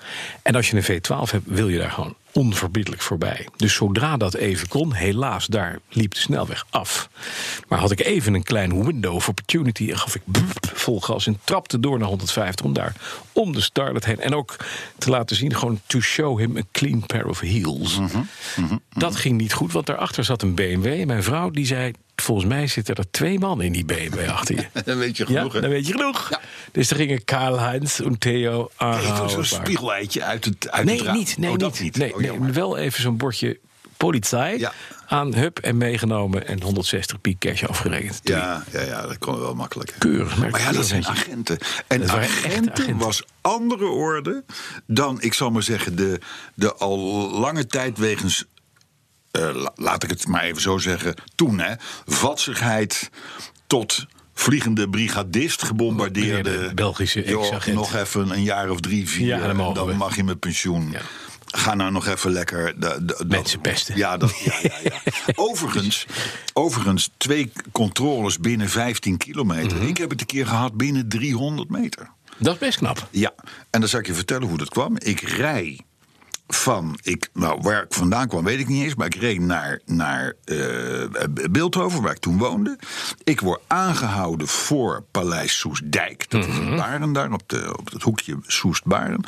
Speaker 4: En als je een V twaalf hebt, wil je daar gewoon onverbiddelijk voorbij. Dus zodra dat even kon, helaas, daar liep de snelweg af. Maar had ik even een klein window of opportunity en gaf ik brrr, vol gas en trapte door naar honderdvijftig om daar om de Starlet heen. En ook te laten zien, gewoon to show him a clean pair of heels. Mm-hmm, mm-hmm. Dat ging niet goed, want daarachter zat een B M W. En mijn vrouw die zei, volgens mij zitten er twee man in die B M W achter je.
Speaker 2: Dan weet je genoeg,
Speaker 4: ja, dan weet je genoeg. Ja. Dus er gingen Karl-Heinz en Theo aanhouden.
Speaker 2: Even zo'n spiegeleitje uit het, uit
Speaker 4: nee,
Speaker 2: het raam.
Speaker 4: Niet, nee,
Speaker 2: oh,
Speaker 4: niet.
Speaker 2: niet.
Speaker 4: Nee,
Speaker 2: oh,
Speaker 4: nee, wel even zo'n bordje politie ja. aan, hup, en meegenomen en honderdzestig piek cash afgerekend.
Speaker 2: Ja, ja, ja, dat kon wel makkelijk.
Speaker 4: Keurig. Maar,
Speaker 2: maar ja, dat zijn agenten. En
Speaker 4: dat
Speaker 2: agenten, agenten was andere orde dan, ik zal maar zeggen, de, de al lange tijd wegens... Uh, laat ik het maar even zo zeggen, toen, hè, vatsigheid tot vliegende brigadist gebombardeerde
Speaker 4: Belgische ex-agent.
Speaker 2: Nog even een jaar of drie, vier,
Speaker 4: ja, dan,
Speaker 2: dan mag je met pensioen. Ja. Ga nou nog even lekker... De, de,
Speaker 4: mensen pesten.
Speaker 2: Ja, dat, ja, ja, ja. overigens, overigens, twee controles binnen vijftien kilometer. Mm-hmm. Ik heb het een keer gehad binnen driehonderd meter.
Speaker 4: Dat is best knap.
Speaker 2: Ja, en dan zal ik je vertellen hoe dat kwam. Ik rij... Van, ik, nou, waar ik vandaan kwam weet ik niet eens, maar ik reed naar, naar uh, Bilthoven, waar ik toen woonde. Ik word aangehouden voor Paleis Soestdijk. Dat mm-hmm. is in Baren daar, op, de, op het hoekje Soest-Baren.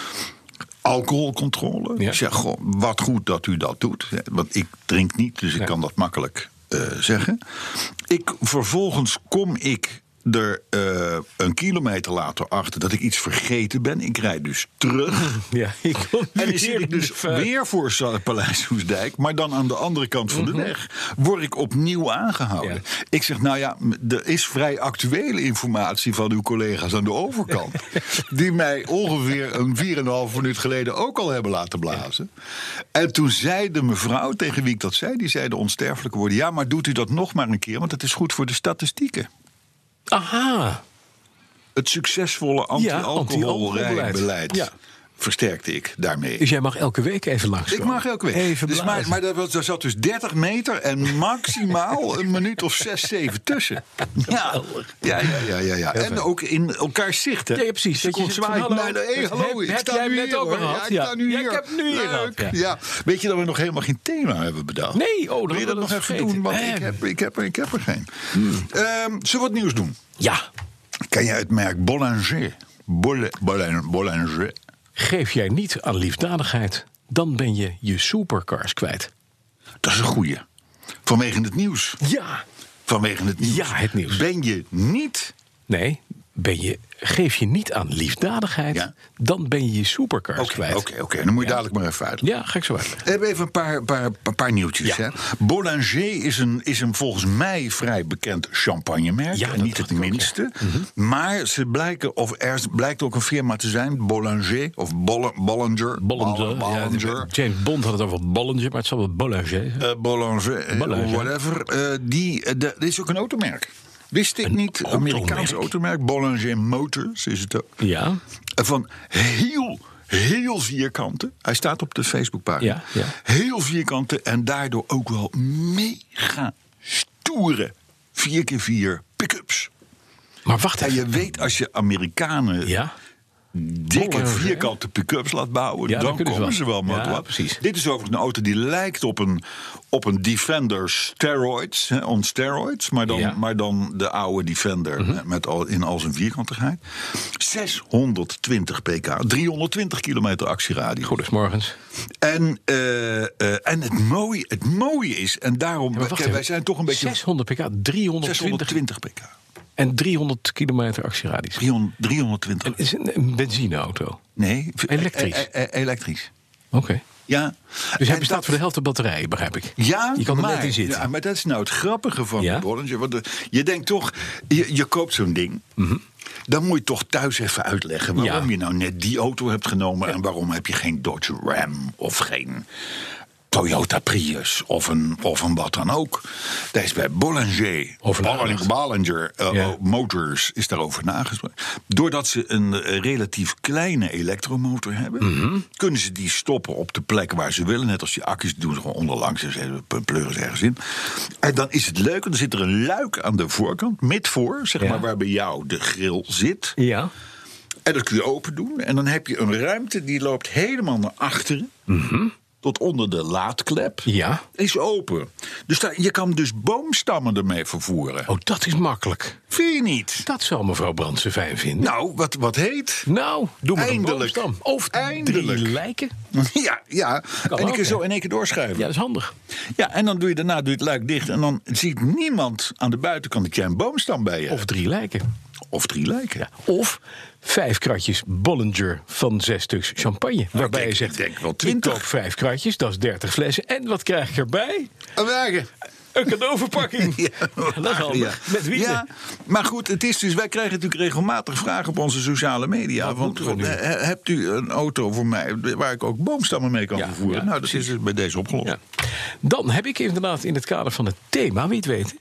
Speaker 2: Alcoholcontrole. Ja. Ik zeg, goh, wat goed dat u dat doet. Want ik drink niet, dus ik ja. kan dat makkelijk uh, zeggen. Ik, vervolgens kom ik... er uh, een kilometer later achter dat ik iets vergeten ben. Ik rijd dus terug.
Speaker 4: Ja, ik kom
Speaker 2: en dan zit ik dus weer voor Paleis Soestdijk, maar dan aan de andere kant van de mm-hmm. weg word ik opnieuw aangehouden. Ja. Ik zeg, nou ja, er is vrij actuele informatie van uw collega's aan de overkant, die mij ongeveer een vier en een half minuut geleden ook al hebben laten blazen. Ja. En toen zei de mevrouw, tegen wie ik dat zei, die zei de onsterfelijke woorden, ja, maar doet u dat nog maar een keer, want het is goed voor de statistieken.
Speaker 4: Aha.
Speaker 2: Het succesvolle anti-alcoholbeleid ja, versterkte ik daarmee.
Speaker 4: Dus jij mag elke week even langs.
Speaker 2: Ik mag elke week.
Speaker 4: Even
Speaker 2: dus maar maar daar, daar zat dus dertig meter en maximaal een minuut of zes, zeven tussen. Ja, ja, ja, ja, ja, ja. En ook in elkaars zicht. Hè.
Speaker 4: Ja, ja, precies.
Speaker 2: Je kon zwaaien. Nee, nee, hallo,
Speaker 4: ik
Speaker 2: heb,
Speaker 4: sta nu hier. Ook
Speaker 2: ja, ik sta nu hier.
Speaker 4: Ja, ik heb nu hier gehad.
Speaker 2: Ja. Ja. Weet je dat we nog helemaal geen thema hebben bedacht?
Speaker 4: Nee, oh,
Speaker 2: wil je dat nog even vergeten. doen? Want ik heb, ik, heb er, ik heb er geen. Hmm. Um, zullen we wat nieuws doen?
Speaker 4: Ja.
Speaker 2: Ken jij het merk Bollinger? Bollinger. Bollinger.
Speaker 4: Geef jij niet aan liefdadigheid, dan ben je je supercars kwijt.
Speaker 2: Dat is een goeie. Vanwege het nieuws.
Speaker 4: Ja.
Speaker 2: Vanwege het nieuws.
Speaker 4: Ja, het nieuws.
Speaker 2: Ben je niet...
Speaker 4: Nee, ben je, geef je niet aan liefdadigheid,
Speaker 2: Ja.
Speaker 4: dan ben je je supercars
Speaker 2: Oké,
Speaker 4: kwijt.
Speaker 2: oké, oké. Dan moet je dadelijk maar even uitleggen.
Speaker 4: Ja, ga ik zo uitleggen.
Speaker 2: We hebben even een paar, paar, paar, paar nieuwtjes.
Speaker 4: Ja.
Speaker 2: Hè. Bollinger is een, is een volgens mij vrij bekend champagnemerk.
Speaker 4: Ja,
Speaker 2: en
Speaker 4: dat
Speaker 2: niet het
Speaker 4: dacht ik ook,
Speaker 2: minste. Maar ze blijken, of er blijkt ook een firma te zijn, Bollinger of Boll- Bollinger.
Speaker 4: Bollinger.
Speaker 2: Bollinger.
Speaker 4: Ja, James Bond had het over Bollinger, maar het zal wel Bollinger zijn.
Speaker 2: Uh, Bollinger, eh,
Speaker 4: Bollinger.
Speaker 2: whatever. Uh, die, uh, de, dit is ook een automerk. Wist ik
Speaker 4: Een
Speaker 2: niet. Amerikaans automerk. Bollinger Motors is het ook.
Speaker 4: Ja.
Speaker 2: Uh, van heel, heel vierkante. Hij staat op de Facebookpagina.
Speaker 4: Ja, ja.
Speaker 2: Heel vierkante en daardoor ook wel mega stoere vier keer vier pick-ups.
Speaker 4: Maar wacht
Speaker 2: Ja,
Speaker 4: even.
Speaker 2: je weet als je Amerikanen
Speaker 4: Ja?
Speaker 2: dikke
Speaker 4: Bollinger,
Speaker 2: vierkante pick-ups laat bouwen,
Speaker 4: Ja, dan
Speaker 2: dan
Speaker 4: kunnen ze
Speaker 2: komen
Speaker 4: wel.
Speaker 2: ze wel met
Speaker 4: Ja,
Speaker 2: wat.
Speaker 4: precies.
Speaker 2: Dit is overigens een auto die lijkt op een, op een Defender steroids, hè, on steroids, maar dan,
Speaker 4: Ja.
Speaker 2: maar dan de oude Defender
Speaker 4: Mhm.
Speaker 2: met al, in al zijn vierkantigheid. zeshonderdtwintig pk, driehonderdtwintig kilometer actieradius.
Speaker 4: Goedemorgens.
Speaker 2: En, eh, eh, en het, mooie, het mooie is, en daarom,
Speaker 4: Ja, maar wacht
Speaker 2: kijk, wij
Speaker 4: even.
Speaker 2: zijn toch een beetje
Speaker 4: zeshonderd pk, driehonderdtwintig
Speaker 2: zeshonderdtwintig pk.
Speaker 4: en driehonderd kilometer actieradius.
Speaker 2: driehonderd, driehonderdtwintig.
Speaker 4: En is het een benzineauto?
Speaker 2: Nee,
Speaker 4: Elektrisch.
Speaker 2: e- e- e- elektrisch.
Speaker 4: Oké.
Speaker 2: Ja.
Speaker 4: Dus hij
Speaker 2: En
Speaker 4: bestaat
Speaker 2: dat-
Speaker 4: voor de helft de batterijen, begrijp ik.
Speaker 2: Ja,
Speaker 4: Je kan er
Speaker 2: maar,
Speaker 4: net in zitten.
Speaker 2: Ja, maar dat is nou het grappige van
Speaker 4: Ja?
Speaker 2: de Bollinger. Want de- je denkt toch, je, je koopt zo'n ding. Dan moet je toch thuis even uitleggen waarom
Speaker 4: Mhm. Ja.
Speaker 2: je nou net die auto hebt genomen. En waarom heb je geen Dodge Ram of geen Toyota Prius of een, of een wat dan ook. Daar is bij Bollinger,
Speaker 4: Over
Speaker 2: Bollinger,
Speaker 4: nagedacht.
Speaker 2: Bollinger uh,
Speaker 4: Ja.
Speaker 2: Motors is daarover nagesproken. Doordat ze een uh, relatief kleine elektromotor hebben,
Speaker 4: Mhm.
Speaker 2: kunnen ze die stoppen op de plek waar ze willen. Net als die accu's, die doen ze gewoon onderlangs en ze pleuren ze ergens in. En dan is het leuk, dan zit er een luik aan de voorkant, midvoor, zeg
Speaker 4: Ja.
Speaker 2: maar, waar bij jou de grill zit.
Speaker 4: Ja.
Speaker 2: En dat kun je open doen. En dan heb je een ruimte die loopt helemaal naar achteren. Tot onder de laadklep.
Speaker 4: Ja.
Speaker 2: Is open. Dus daar, je kan dus boomstammen ermee vervoeren.
Speaker 4: Oh, dat is makkelijk.
Speaker 2: Vind je niet?
Speaker 4: Dat zal mevrouw Brandsen fijn vinden.
Speaker 2: Nou, wat, wat heet?
Speaker 4: Nou, doe maar
Speaker 2: Eindelijk.
Speaker 4: een boomstam. Of
Speaker 2: Eindelijk.
Speaker 4: drie lijken.
Speaker 2: Ja, ja.
Speaker 4: Kan
Speaker 2: En ik
Speaker 4: ook,
Speaker 2: kan zo
Speaker 4: hè?
Speaker 2: in één keer doorschuiven.
Speaker 4: Ja, dat is handig.
Speaker 2: Ja, en dan doe je daarna doe je het luik dicht. En dan ziet niemand aan de buitenkant dat jij een boomstam bij je hebt.
Speaker 4: Of drie lijken.
Speaker 2: Of drie lijken.
Speaker 4: Ja. Of vijf kratjes Bollinger van zes stuks champagne. Waarbij
Speaker 2: denk-
Speaker 4: je zegt,
Speaker 2: ik denk wel
Speaker 4: ik
Speaker 2: twintig.
Speaker 4: koop vijf kratjes, dat is dertig flessen. En wat krijg ik erbij?
Speaker 2: Een wagen.
Speaker 4: Een cadeauverpakking. Ja, dat is handig. Met wielen.
Speaker 2: Ja, maar goed, het is dus, wij krijgen natuurlijk regelmatig vragen op onze sociale media.
Speaker 4: Wat
Speaker 2: Want
Speaker 4: moeten we nu?
Speaker 2: eh, hebt u een auto voor mij waar ik ook boomstammen mee kan
Speaker 4: Ja,
Speaker 2: vervoeren?
Speaker 4: ja,
Speaker 2: nou, dat is dus bij deze opgelost.
Speaker 4: Ja. Dan heb ik inderdaad in het kader van het thema, wie het weet,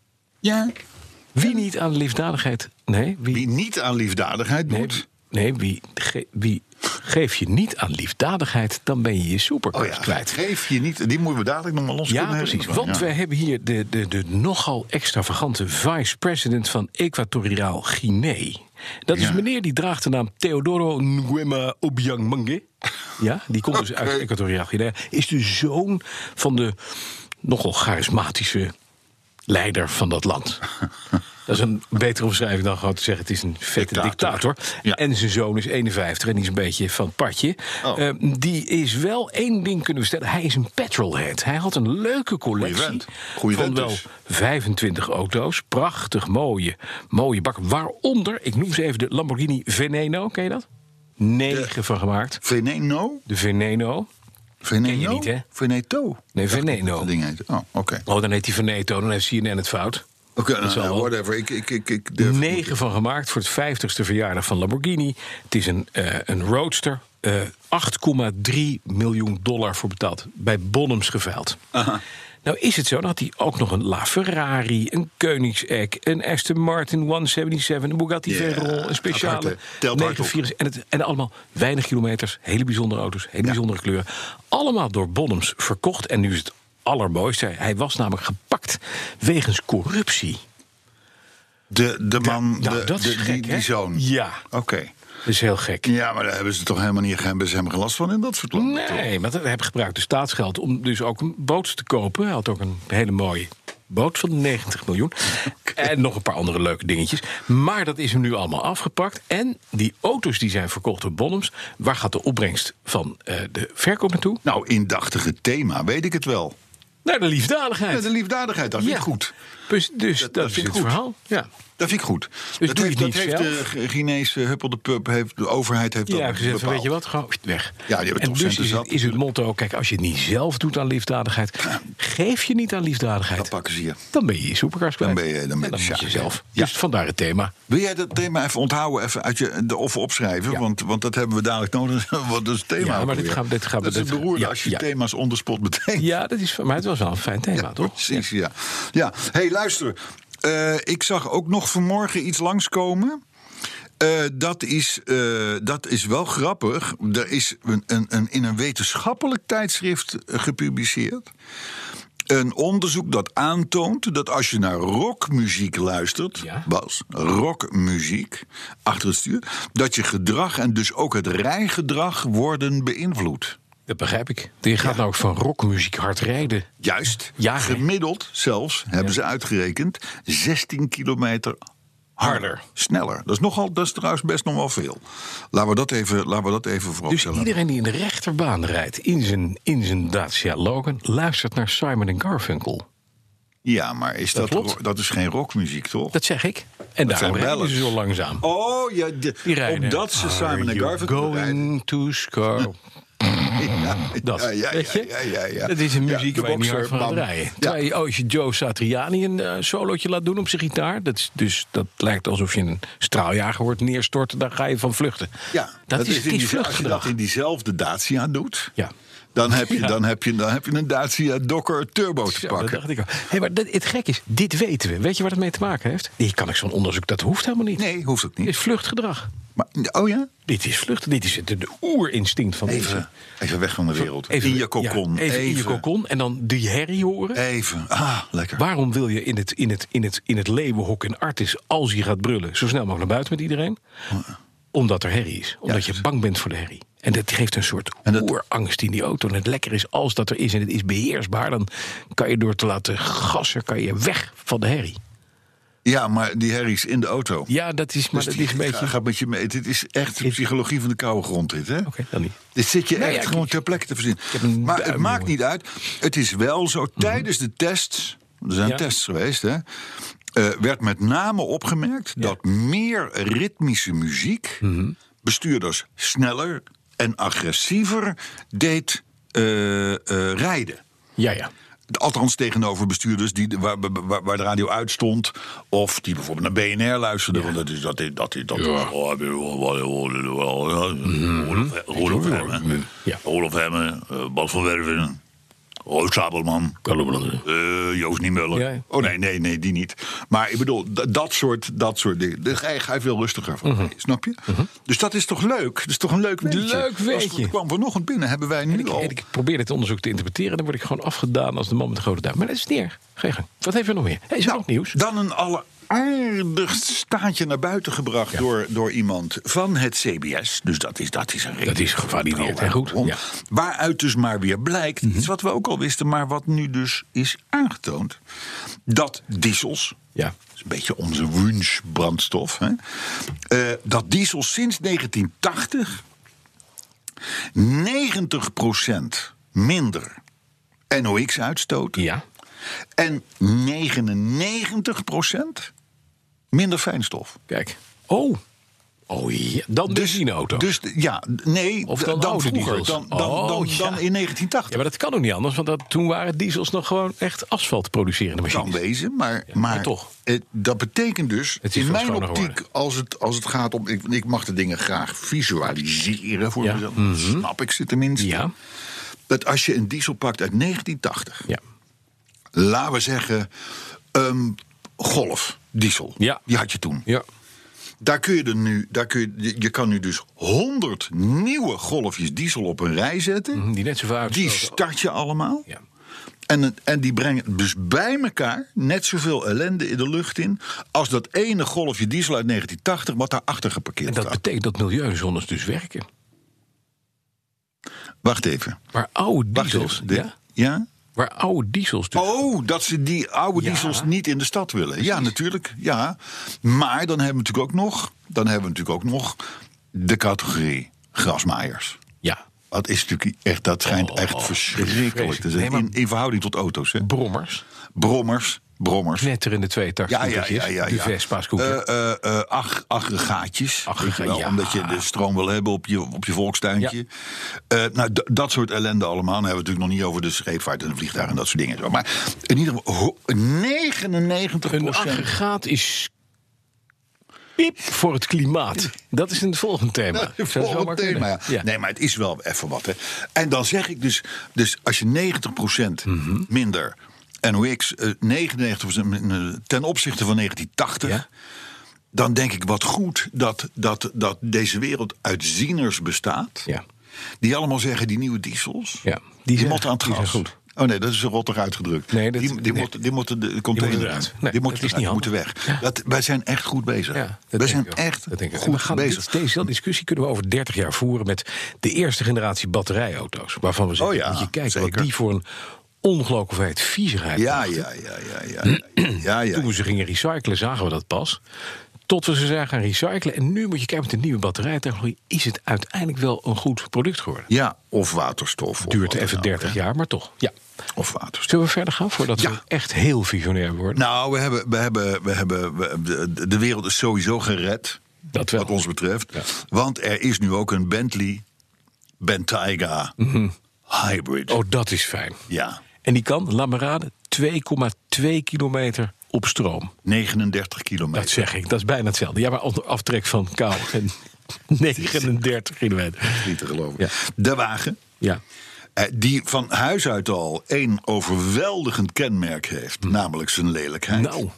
Speaker 2: Ja.
Speaker 4: wie niet aan liefdadigheid... Nee, wie,
Speaker 2: Wie niet aan liefdadigheid
Speaker 4: nee,
Speaker 2: doet.
Speaker 4: nee wie, ge- wie geef je niet aan liefdadigheid, dan ben je je
Speaker 2: Oh
Speaker 4: supercars
Speaker 2: ja,
Speaker 4: kwijt.
Speaker 2: geef je niet. Die moeten we dadelijk nog maar los
Speaker 4: Ja,
Speaker 2: kunnen
Speaker 4: precies.
Speaker 2: herinneren.
Speaker 4: Want
Speaker 2: Ja.
Speaker 4: wij hebben hier de, de, de nogal extravagante vice-president van Equatoriaal Guinea. Dat is
Speaker 2: Ja.
Speaker 4: een meneer die draagt de naam Teodoro Nguema Obiang-Mange. Ja, die komt dus
Speaker 2: Oké.
Speaker 4: uit Equatoriaal Guinea. Is de zoon van de nogal charismatische leider van dat land. Dat is een betere omschrijving dan gewoon te zeggen... het is een vette
Speaker 2: Dictator.
Speaker 4: dictator.
Speaker 2: Ja.
Speaker 4: En zijn zoon is eenenvijftig en die is een beetje van het padje.
Speaker 2: Oh.
Speaker 4: Eh, die is wel één ding kunnen we stellen. Hij is een petrolhead. Hij had een leuke collectie
Speaker 2: vent. Goeie
Speaker 4: van
Speaker 2: vent
Speaker 4: wel
Speaker 2: dus.
Speaker 4: vijfentwintig auto's. Prachtig mooie, mooie bak. Waaronder, ik noem ze even de Lamborghini Veneno. Ken je dat? Negen van gemaakt.
Speaker 2: Veneno?
Speaker 4: De Veneno.
Speaker 2: Veneno?
Speaker 4: Ken je niet, hè?
Speaker 2: Veneto?
Speaker 4: Nee,
Speaker 2: Dacht ik
Speaker 4: Veneno.
Speaker 2: dat dat ding heet. Oh, oké.
Speaker 4: Oh, dan heet die Veneto. Dan heeft C N N het fout.
Speaker 2: Oké,
Speaker 4: Dat
Speaker 2: nou,
Speaker 4: zal
Speaker 2: nou,
Speaker 4: wel.
Speaker 2: whatever. Ik, ik, ik, ik durf het niet.
Speaker 4: Negen van gemaakt voor het vijftigste verjaardag van Lamborghini. Het is een, eh, een roadster. eh, acht komma drie miljoen dollar voor betaald. Bij Bonhams geveild.
Speaker 2: Aha.
Speaker 4: Nou is het zo, dan had hij ook nog een LaFerrari, een Koenigsegg, een Aston Martin honderdzevenenzeventig, een Bugatti
Speaker 2: Ja,
Speaker 4: Veyron, een speciale
Speaker 2: hard, hè? Telt hard op.
Speaker 4: negenenveertig. En, het, en allemaal weinig kilometers, hele bijzondere auto's, hele bijzondere kleuren. Allemaal door Bonhams verkocht. En nu is het allermooiste. Hij was namelijk gepakt wegens corruptie.
Speaker 2: De, de man,
Speaker 4: Nou,
Speaker 2: de,
Speaker 4: dat is
Speaker 2: de-
Speaker 4: gek,
Speaker 2: die,
Speaker 4: hè?
Speaker 2: die zoon.
Speaker 4: Ja,
Speaker 2: Oké.
Speaker 4: dat is heel gek.
Speaker 2: Ja, maar daar hebben ze toch helemaal niet hebben ze helemaal geen last van in dat soort landen. toch?
Speaker 4: Nee, maar hij heeft gebruikt staatsgeld om dus ook een boot te kopen. Hij had ook een hele mooie boot van negentig miljoen. En nog een paar andere leuke dingetjes. Maar dat is hem nu allemaal afgepakt. En die auto's die zijn verkocht door Bonhams, waar gaat de opbrengst van uh, de verkoop naartoe?
Speaker 2: Nou, indachtige thema, weet ik het wel.
Speaker 4: Naar de liefdadigheid.
Speaker 2: Ja, de liefdadigheid, dat is
Speaker 4: Ja.
Speaker 2: niet goed.
Speaker 4: Dus, dus dat,
Speaker 2: dat
Speaker 4: is
Speaker 2: vind
Speaker 4: het
Speaker 2: ik goed.
Speaker 4: verhaal. Ja.
Speaker 2: Dat vind ik goed.
Speaker 4: Dus
Speaker 2: dat
Speaker 4: doe
Speaker 2: heeft,
Speaker 4: je het
Speaker 2: dat
Speaker 4: niet
Speaker 2: heeft de Chinese Huppel de Pup, heeft, de overheid heeft dat
Speaker 4: Ja, gezegd van,
Speaker 2: bepaald.
Speaker 4: weet je wat, gewoon weg.
Speaker 2: Ja, die hebben
Speaker 4: en
Speaker 2: toch
Speaker 4: dus
Speaker 2: centen
Speaker 4: is,
Speaker 2: zat,
Speaker 4: het, is het motto, kijk, als je het niet zelf doet aan liefdadigheid, geef je niet aan liefdadigheid.
Speaker 2: Dat pakken ze je.
Speaker 4: Dan ben je je supercars kwijt.
Speaker 2: Dan ben je- dan ben je
Speaker 4: En dan
Speaker 2: de
Speaker 4: moet je
Speaker 2: sjaak,
Speaker 4: zelf.
Speaker 2: ja.
Speaker 4: Dus vandaar het thema.
Speaker 2: Wil jij dat thema even onthouden, even uit je, de, of opschrijven?
Speaker 4: Ja.
Speaker 2: Want, want dat hebben we dadelijk nodig. Want dat is het thema.
Speaker 4: Ja, maar
Speaker 2: ook
Speaker 4: dit
Speaker 2: weer.
Speaker 4: gaan- dit gaan we-
Speaker 2: dat is
Speaker 4: dit-
Speaker 2: het beroerde
Speaker 4: ja,
Speaker 2: als je
Speaker 4: ja.
Speaker 2: thema's on the spot bedenkt.
Speaker 4: Ja, dat is, maar het was wel een fijn thema,
Speaker 2: Ja,
Speaker 4: toch?
Speaker 2: precies, ja. Ja, hey, luister. Eh, ik zag ook nog vanmorgen iets langskomen. Eh, dat, is, eh, dat is wel grappig. Er is een, een, een, in een wetenschappelijk tijdschrift eh, gepubliceerd. Een onderzoek dat aantoont dat als je naar rockmuziek luistert,
Speaker 4: Ja.
Speaker 2: Bas, rockmuziek, achter het stuur, dat je gedrag en dus ook het rijgedrag worden beïnvloed.
Speaker 4: Dat begrijp ik. Je gaat nou ook van rockmuziek hard rijden.
Speaker 2: Juist,
Speaker 4: Ja, hè?
Speaker 2: gemiddeld zelfs, hebben ze uitgerekend, zestien kilometer harder, sneller. Dat is, nogal, dat is trouwens best nog wel veel. Laten we dat even, laten we dat even voorop
Speaker 4: Dus
Speaker 2: stellen.
Speaker 4: iedereen die in de rechterbaan rijdt in zijn, in zijn Dacia Logan, luistert naar Simon en Garfunkel.
Speaker 2: Ja, maar is
Speaker 4: Dat
Speaker 2: dat,
Speaker 4: klopt.
Speaker 2: ro- dat is geen rockmuziek, toch?
Speaker 4: Dat zeg ik. En daarom
Speaker 2: zijn
Speaker 4: rijden ze
Speaker 2: ballads.
Speaker 4: zo langzaam.
Speaker 2: Oh, ja, de,
Speaker 4: Die rijden.
Speaker 2: omdat ze Simon
Speaker 4: Are
Speaker 2: en
Speaker 4: you
Speaker 2: Garfunkel rijden.
Speaker 4: going to score.
Speaker 2: Ja,
Speaker 4: Dat,
Speaker 2: ja, ja,
Speaker 4: weet je?
Speaker 2: ja, ja, ja.
Speaker 4: Dat is een
Speaker 2: Ja,
Speaker 4: muziek
Speaker 2: de
Speaker 4: waar je niet hard
Speaker 2: boxer,
Speaker 4: van gaat
Speaker 2: bam.
Speaker 4: rijden.
Speaker 2: Ja.
Speaker 4: Terwijl je, als je Joe Satriani een uh, solootje laat doen op zijn gitaar, dat, is dus, dat lijkt alsof je een straaljager wordt neerstorten, dan ga je van vluchten.
Speaker 2: Ja,
Speaker 4: dat, is,
Speaker 2: in
Speaker 4: het is
Speaker 2: die- Als je dat
Speaker 4: vluchtgedrag.
Speaker 2: in diezelfde Dacia doet,
Speaker 4: Ja.
Speaker 2: dan, heb je,
Speaker 4: Ja.
Speaker 2: dan, heb je, dan heb je een Dacia Docker Turbo te
Speaker 4: Zo, dat
Speaker 2: pakken.
Speaker 4: dacht ik al. Hey, maar dat, het gek is, dit weten we. Weet je waar het mee te maken heeft? Hier kan ik zo'n onderzoek, dat hoeft helemaal niet.
Speaker 2: Nee, hoeft ook
Speaker 4: Dit
Speaker 2: niet.
Speaker 4: is vluchtgedrag.
Speaker 2: Maar, oh ja?
Speaker 4: Dit is vlucht. Dit is het de, de oerinstinct van mensen.
Speaker 2: Even, even weg van de wereld.
Speaker 4: Even-
Speaker 2: in je kokon.
Speaker 4: ja, even, in je kokon en dan die herrie horen.
Speaker 2: Even. Ah, lekker.
Speaker 4: Waarom wil je in het, in het, in het, in het leeuwenhok in Artis, als je gaat brullen, zo snel mogelijk naar buiten met iedereen? Omdat er herrie is. Omdat
Speaker 2: Ja,
Speaker 4: je bang bent voor de herrie. En dat geeft een soort
Speaker 2: En dat-
Speaker 4: oerangst in die auto. En het lekker is, als dat er is en het is beheersbaar, dan kan je door te laten gassen, kan je weg van de herrie.
Speaker 2: Ja, maar die herries in de auto.
Speaker 4: Ja, dat is, maar
Speaker 2: Dus
Speaker 4: dat is een
Speaker 2: die
Speaker 4: beetje...
Speaker 2: gaat met je mee. Dit is echt de psychologie van de koude grond, dit, hè?
Speaker 4: Oké, dan niet.
Speaker 2: Dit zit je
Speaker 4: Nou
Speaker 2: echt
Speaker 4: ja,
Speaker 2: gewoon
Speaker 4: ik-
Speaker 2: ter plekke te verzinnen.
Speaker 4: heb een
Speaker 2: Maar het
Speaker 4: duim,
Speaker 2: maakt
Speaker 4: jongen.
Speaker 2: niet uit. Het is wel zo, tijdens de tests... Er zijn
Speaker 4: Ja.
Speaker 2: tests geweest, hè? eh, werd met name opgemerkt dat meer ritmische muziek...
Speaker 4: Mhm.
Speaker 2: bestuurders sneller en agressiever deed eh, eh, rijden.
Speaker 4: Ja, ja.
Speaker 2: Althans tegenover bestuurders die, de- waar, waar, waar de radio uitstond. Of die bijvoorbeeld naar B N R luisterden. Want dat is dat is, dat is, dat is, Rolof Hemmen.
Speaker 4: Ja.
Speaker 2: Rolof Hemmen, eh, Bas van Werven. Roos Sabelman. eh, Joost Niemuller.
Speaker 4: Ja, ja.
Speaker 2: Oh nee, nee, nee, die niet. Maar ik bedoel, d- dat soort, dat soort dingen. Daar ga je, ga je veel rustiger van.
Speaker 4: Mhm.
Speaker 2: Snap je? Dus dat is toch leuk? Dat is toch een leuk weetje?
Speaker 4: Leuk weetje.
Speaker 2: Als het kwam vanochtend binnen, hebben wij nu
Speaker 4: Ik,
Speaker 2: al...
Speaker 4: ik probeer dit onderzoek te interpreteren, dan word ik gewoon afgedaan als de man met de grote duim. Maar dat is neer. Ga je gang. Wat heeft er nog meer? Hey, is er
Speaker 2: Nou,
Speaker 4: nog nieuws?
Speaker 2: Dan een alleraardigst staatje naar buiten gebracht door, door iemand van het C B S. Dus dat is, dat is een
Speaker 4: Dat is gevalideerd en goed,
Speaker 2: bron.
Speaker 4: ja.
Speaker 2: Waaruit dus maar weer blijkt, iets wat we ook al wisten, maar wat nu dus is aangetoond. Dat diesels,
Speaker 4: Ja.
Speaker 2: dat is een beetje onze wunschbrandstof, hè, eh, dat diesels sinds negentien tachtig negentig procent minder N O X uitstoten.
Speaker 4: Ja.
Speaker 2: En negenennegentig procent minder fijnstof.
Speaker 4: Kijk. Oh. Oh ja. Dan de benzineauto.
Speaker 2: Dus de- ja, nee,
Speaker 4: Of
Speaker 2: d-
Speaker 4: dan
Speaker 2: dan,
Speaker 4: oude
Speaker 2: vroeger,
Speaker 4: diesels.
Speaker 2: dan, dan,
Speaker 4: Oh,
Speaker 2: dan,
Speaker 4: ja.
Speaker 2: dan in negentien tachtig.
Speaker 4: Ja, maar dat kan ook niet anders, want dat, toen waren diesels nog gewoon echt asfalt producerende
Speaker 2: Kan
Speaker 4: machines.
Speaker 2: wezen, maar,
Speaker 4: maar
Speaker 2: maar
Speaker 4: toch.
Speaker 2: eh, dat betekent dus,
Speaker 4: Het is
Speaker 2: in
Speaker 4: veel
Speaker 2: mijn
Speaker 4: schoner
Speaker 2: optiek,
Speaker 4: geworden.
Speaker 2: als het, als het gaat om... Ik, ik mag de dingen graag visualiseren voor
Speaker 4: Ja.
Speaker 2: mezelf. Snap ik ze tenminste.
Speaker 4: Ja.
Speaker 2: Dat als je een diesel pakt uit negentien tachtig...
Speaker 4: Ja.
Speaker 2: laten we zeggen, um, Golf, diesel.
Speaker 4: Ja.
Speaker 2: Die had je toen.
Speaker 4: Ja.
Speaker 2: Daar kun je er nu, daar kun je, je kan nu dus honderd nieuwe golfjes diesel op een rij zetten.
Speaker 4: Die net zoveel
Speaker 2: Die
Speaker 4: uitstoten.
Speaker 2: start je allemaal.
Speaker 4: Ja.
Speaker 2: En, en die brengen dus bij elkaar net zoveel ellende in de lucht in... als dat ene golfje diesel uit negentien tachtig wat daarachter geparkeerd
Speaker 4: En dat
Speaker 2: staat.
Speaker 4: betekent dat milieuzones dus werken.
Speaker 2: Wacht even.
Speaker 4: Maar oude
Speaker 2: Wacht
Speaker 4: diesels...
Speaker 2: even. De-
Speaker 4: ja?
Speaker 2: ja?
Speaker 4: Waar oude diesels dus...
Speaker 2: Oh, dat ze die oude
Speaker 4: Ja.
Speaker 2: diesels niet in de stad willen. Ja, natuurlijk. Ja. Maar dan hebben we natuurlijk ook nog, dan hebben we natuurlijk ook nog de categorie grasmaaiers.
Speaker 4: Ja.
Speaker 2: Dat is natuurlijk echt, dat schijnt
Speaker 4: Oh,
Speaker 2: echt
Speaker 4: dit is
Speaker 2: verschrikkelijk te
Speaker 4: vreselijk.
Speaker 2: zijn.
Speaker 4: Nee, maar-
Speaker 2: in, in verhouding tot auto's. Hè.
Speaker 4: Brommers.
Speaker 2: Brommers, brommers.
Speaker 4: Knetterende tweetaktstoetertjes.
Speaker 2: Ja, ja, ja, ja, ja.
Speaker 4: De Vespa-scooter.
Speaker 2: Uh, uh, uh, ag- aggregaatjes.
Speaker 4: Aggrega-
Speaker 2: weet je wel,
Speaker 4: ja.
Speaker 2: Omdat je de stroom wil hebben op je, op je volkstuintje. Ja. Uh, nou, d- dat soort ellende allemaal. Dan hebben we het natuurlijk nog niet over de scheepvaart en de vliegtuigen en dat soort dingen. Maar in ieder geval negenennegentig procent.
Speaker 4: Een aggregaat is piep voor het klimaat. Dat is een volgend thema.
Speaker 2: Nou,
Speaker 4: Zou zo maar
Speaker 2: volgend thema, ja.
Speaker 4: Ja.
Speaker 2: Nee, maar het is wel even wat. Hè. En dan zeg ik dus, dus als je negentig procent
Speaker 4: Mhm.
Speaker 2: minder N O X, uh, negenennegentig procent minder ten opzichte van negentien tachtig...
Speaker 4: Ja.
Speaker 2: dan denk ik wat goed dat, dat, dat deze wereld uit zieners bestaat.
Speaker 4: Ja.
Speaker 2: Die allemaal zeggen, die nieuwe diesels,
Speaker 4: Ja, die
Speaker 2: die,
Speaker 4: zijn-
Speaker 2: moeten aan het
Speaker 4: die zijn
Speaker 2: gas.
Speaker 4: goed.
Speaker 2: Oh nee, dat is rottig uitgedrukt.
Speaker 4: Nee, dat-
Speaker 2: die, die,
Speaker 4: nee.
Speaker 2: moeten, die moeten de container
Speaker 4: moeten
Speaker 2: eruit.
Speaker 4: eruit. Nee,
Speaker 2: die moeten,
Speaker 4: dat is
Speaker 2: eruit,
Speaker 4: niet
Speaker 2: die moeten weg.
Speaker 4: Ja.
Speaker 2: Dat, wij zijn echt goed bezig.
Speaker 4: Ja, dat
Speaker 2: wij
Speaker 4: denk
Speaker 2: zijn
Speaker 4: ik wel.
Speaker 2: echt
Speaker 4: Dat denk ik wel.
Speaker 2: goed
Speaker 4: We gaan
Speaker 2: bezig.
Speaker 4: dit, deze discussie kunnen we over dertig jaar voeren met de eerste generatie batterijauto's. Waarvan we zeggen,
Speaker 2: Oh ja,
Speaker 4: moet je kijken
Speaker 2: zeker.
Speaker 4: wat die voor een ongelooflijke hoeveelheid viezigheid
Speaker 2: Ja,
Speaker 4: brachten.
Speaker 2: ja, ja, ja, ja. ja, ja, ja.
Speaker 4: Toen we ze gingen recyclen, zagen we dat pas. Tot we ze zijn gaan recyclen. En nu moet je kijken met de nieuwe batterijtechnologie. Is het uiteindelijk wel een goed product geworden?
Speaker 2: Ja, of waterstof. Of
Speaker 4: Duurt
Speaker 2: wat
Speaker 4: even
Speaker 2: dan
Speaker 4: dertig
Speaker 2: ook, hè.
Speaker 4: jaar, maar toch. Ja.
Speaker 2: Of waterstof.
Speaker 4: Zullen we verder gaan voordat
Speaker 2: Ja.
Speaker 4: we echt heel visionair worden?
Speaker 2: Nou, we hebben, we hebben, we hebben we- de, de wereld is sowieso gered.
Speaker 4: Dat wel.
Speaker 2: Wat ons betreft.
Speaker 4: Ja.
Speaker 2: Want er is nu ook een Bentley Bentayga hybrid.
Speaker 4: Oh, dat is fijn.
Speaker 2: Ja,
Speaker 4: En die kan, laat me raden, twee komma twee kilometer op stroom.
Speaker 2: negenendertig kilometer.
Speaker 4: Dat zeg ik, dat is bijna hetzelfde. Ja, maar onder aftrek van kou. En negenendertig kilometer.
Speaker 2: Niet te geloven.
Speaker 4: Ja.
Speaker 2: De wagen,
Speaker 4: Ja.
Speaker 2: eh, die van huis uit al één overweldigend kenmerk heeft. Namelijk zijn lelijkheid.
Speaker 4: Nou,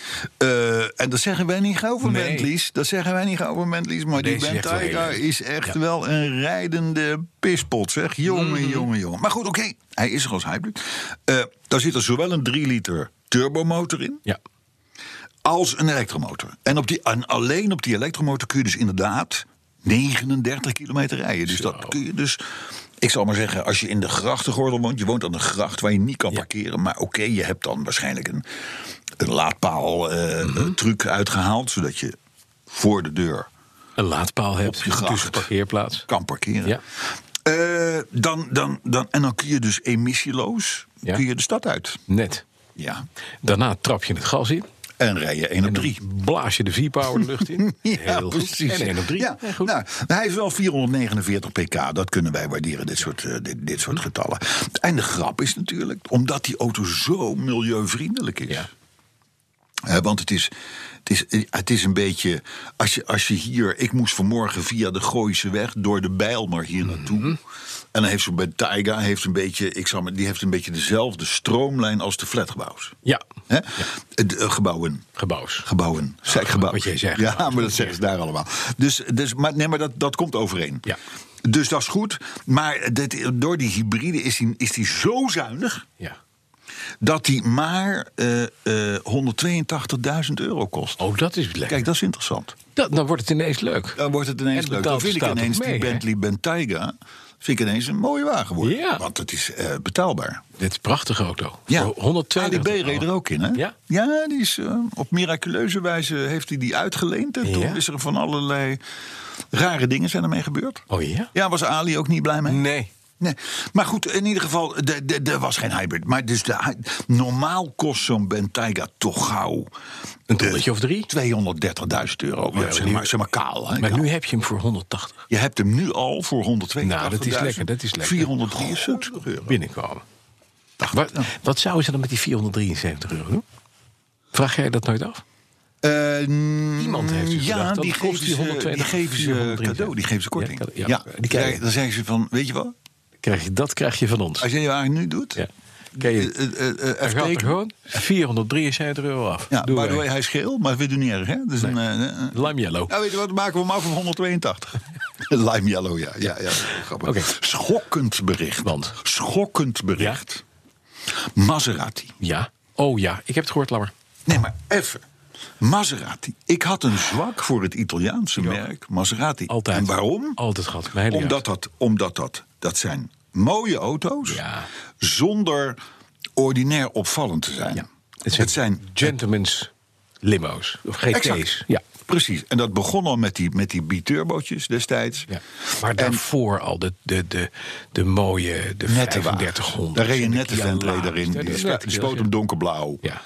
Speaker 2: Eh, en dat zeggen wij niet gauw over
Speaker 4: Nee.
Speaker 2: Bentleys. Dat zeggen wij niet gauw over Bentleys. Maar die
Speaker 4: Deze is echt wel
Speaker 2: Bentayga
Speaker 4: heel leuk.
Speaker 2: is echt
Speaker 4: Ja.
Speaker 2: wel een rijdende pispot, zeg. Jongen,
Speaker 4: Mhm.
Speaker 2: jongen, jongen. Maar goed, oké. Hij is er als hybrid. Eh, daar zit er zowel een drie liter turbomotor in
Speaker 4: ja.
Speaker 2: als een elektromotor. En, op die, en alleen op die elektromotor kun je dus inderdaad negenendertig kilometer rijden. Dus
Speaker 4: Zo.
Speaker 2: dat kun je dus... Ik zal maar zeggen, als je in de grachtengordel woont... je woont aan een gracht waar je niet kan
Speaker 4: Ja.
Speaker 2: parkeren... maar oké, je hebt dan waarschijnlijk een, een laadpaal eh,
Speaker 4: Mhm.
Speaker 2: truc uitgehaald... zodat je voor de deur
Speaker 4: Een laadpaal hebt
Speaker 2: je gracht.
Speaker 4: tussen parkeerplaats.
Speaker 2: kan parkeren.
Speaker 4: Ja.
Speaker 2: Eh, dan, dan, dan, en dan kun je dus emissieloos
Speaker 4: Ja.
Speaker 2: kun je de stad uit.
Speaker 4: Net.
Speaker 2: Ja.
Speaker 4: Daarna trap je het gas in.
Speaker 2: En rij je één op
Speaker 4: En dan
Speaker 2: drie.
Speaker 4: blaas je de V-power de lucht in.
Speaker 2: Ja,
Speaker 4: Heel goed.
Speaker 2: precies.
Speaker 4: En één op drie.
Speaker 2: Ja,
Speaker 4: Ja, goed.
Speaker 2: Nou, hij is wel vierhonderdnegenenveertig pk. Dat kunnen wij waarderen, dit soort, uh, dit, dit soort getallen. En de grap is natuurlijk, omdat die auto zo milieuvriendelijk is.
Speaker 4: Ja.
Speaker 2: Uh, want het is, het, is, het is een beetje... Als je, als je hier... Ik moest vanmorgen via de Gooise weg... door de Bijlmer hier naartoe.
Speaker 4: Mhm.
Speaker 2: En dan heeft zo'n Bentayga... Heeft een beetje, ik zal maar, die heeft een beetje dezelfde stroomlijn... als de flatgebouws.
Speaker 4: Ja.
Speaker 2: Hè? De, uh, gebouwen.
Speaker 4: Gebouws.
Speaker 2: Gebouwen. Zeg gebouwen.
Speaker 4: wat jij zegt.
Speaker 2: Ja, maar dat zeggen ze daar allemaal. Dus, dus, maar, nee, maar dat, dat komt overeen.
Speaker 4: Ja.
Speaker 2: Dus dat is goed. Maar dit, door die hybride is die, is die zo zuinig...
Speaker 4: Ja.
Speaker 2: dat die maar uh, uh, honderdtweeëntachtigduizend euro kost.
Speaker 4: Oh, dat is lekker.
Speaker 2: Kijk, dat is interessant.
Speaker 4: Dat, dan wordt het ineens leuk.
Speaker 2: Dan wordt het ineens
Speaker 4: En
Speaker 2: leuk.
Speaker 4: betaalt
Speaker 2: Dan vind
Speaker 4: de
Speaker 2: ik
Speaker 4: staat
Speaker 2: ineens
Speaker 4: ook mee,
Speaker 2: die
Speaker 4: hè?
Speaker 2: Bentley Bentayga... vind ik ineens een mooie wagen worden.
Speaker 4: Ja.
Speaker 2: Want het is uh, betaalbaar.
Speaker 4: Dit is een prachtige auto.
Speaker 2: Ja,
Speaker 4: Voor honderdtweeëndertig.
Speaker 2: A D B reed er ook in, hè?
Speaker 4: Ja?
Speaker 2: Ja, die is, uh, op miraculeuze wijze heeft hij die uitgeleend. En toen
Speaker 4: Ja?
Speaker 2: is er van allerlei rare dingen zijn ermee gebeurd.
Speaker 4: Oh ja?
Speaker 2: Ja, was Ali ook niet blij mee?
Speaker 4: Nee.
Speaker 2: Nee. Maar goed, in ieder geval, er was geen hybrid. Maar dus de, normaal kost zo'n Bentayga toch gauw...
Speaker 4: Een tonnetje of drie?
Speaker 2: tweehonderddertigduizend euro.
Speaker 4: Ja,
Speaker 2: Ja, zeg,
Speaker 4: nu-
Speaker 2: maar, zeg maar kaal. Hè,
Speaker 4: Maar
Speaker 2: kaal.
Speaker 4: nu heb je hem voor honderdtachtig.
Speaker 2: Je hebt hem nu al voor honderdtweeëntachtigduizend.
Speaker 4: Nou, dat is lekker. Dat is lekker.
Speaker 2: vierhonderddrieënzeventig euro.
Speaker 4: Binnenkomen. Wat, wat zouden ze dan met die vierhonderddrieënzeventig euro doen? Vraag jij dat nooit af?
Speaker 2: Uh,
Speaker 4: Iemand heeft dus
Speaker 2: ja,
Speaker 4: bedacht, dan
Speaker 2: die
Speaker 4: kost
Speaker 2: geven,
Speaker 4: die
Speaker 2: ze, die
Speaker 4: honderdtweeëntig,
Speaker 2: geven ze
Speaker 4: vierhonderddrieënzeventig.
Speaker 2: cadeau, die geven ze korting.
Speaker 4: Ja,
Speaker 2: Ja,
Speaker 4: ja, ja. Die krijg je.
Speaker 2: dan zeggen ze van, weet je wat?
Speaker 4: Krijg je, dat krijg je van ons.
Speaker 2: Als jij je wagen nu doet,
Speaker 4: Ja. Ken je,
Speaker 2: uh, uh, uh,
Speaker 4: er
Speaker 2: even
Speaker 4: gaat er
Speaker 2: tekenen.
Speaker 4: gewoon vierhonderddrieënzeventig euro af.
Speaker 2: Ja,
Speaker 4: Doe
Speaker 2: by the
Speaker 4: wij.
Speaker 2: way, hij is geel, maar dat doen niet erg, hè? Dus
Speaker 4: Nee.
Speaker 2: een, uh, uh,
Speaker 4: Lime yellow.
Speaker 2: nou, weet je wat, dan maken we hem af op honderdtweeëntachtig. Lime yellow, ja. ja, ja grappig.
Speaker 4: Oké.
Speaker 2: Schokkend bericht.
Speaker 4: Want?
Speaker 2: Schokkend bericht. Maserati.
Speaker 4: Ja. Oh ja, ik heb het gehoord, Lammer.
Speaker 2: Nee, maar even. Maserati. Ik had een zwak voor het Italiaanse
Speaker 4: Ik ook.
Speaker 2: merk Maserati.
Speaker 4: Altijd.
Speaker 2: En waarom?
Speaker 4: Altijd gehad. Mijn hele
Speaker 2: Omdat dat, omdat dat, dat zijn mooie auto's
Speaker 4: Ja.
Speaker 2: zonder ordinair opvallend te zijn.
Speaker 4: Ja.
Speaker 2: Het zijn,
Speaker 4: gentlemen's limo's. Of G T's.
Speaker 2: Exact.
Speaker 4: Ja.
Speaker 2: Precies. En dat begon al met die, met die biturbootjes destijds.
Speaker 4: Ja. Maar daarvoor al de, de, de, de mooie de
Speaker 2: Nette
Speaker 4: vijfendertighonderd.
Speaker 2: Daar reed een
Speaker 4: en de
Speaker 2: nette
Speaker 4: Kia
Speaker 2: vent reed
Speaker 4: Laris.
Speaker 2: erin.
Speaker 4: Ja,
Speaker 2: Die,
Speaker 4: dat
Speaker 2: sp-
Speaker 4: weet ik
Speaker 2: die
Speaker 4: wel,
Speaker 2: spoot
Speaker 4: ja.
Speaker 2: hem donkerblauw.
Speaker 4: Ja.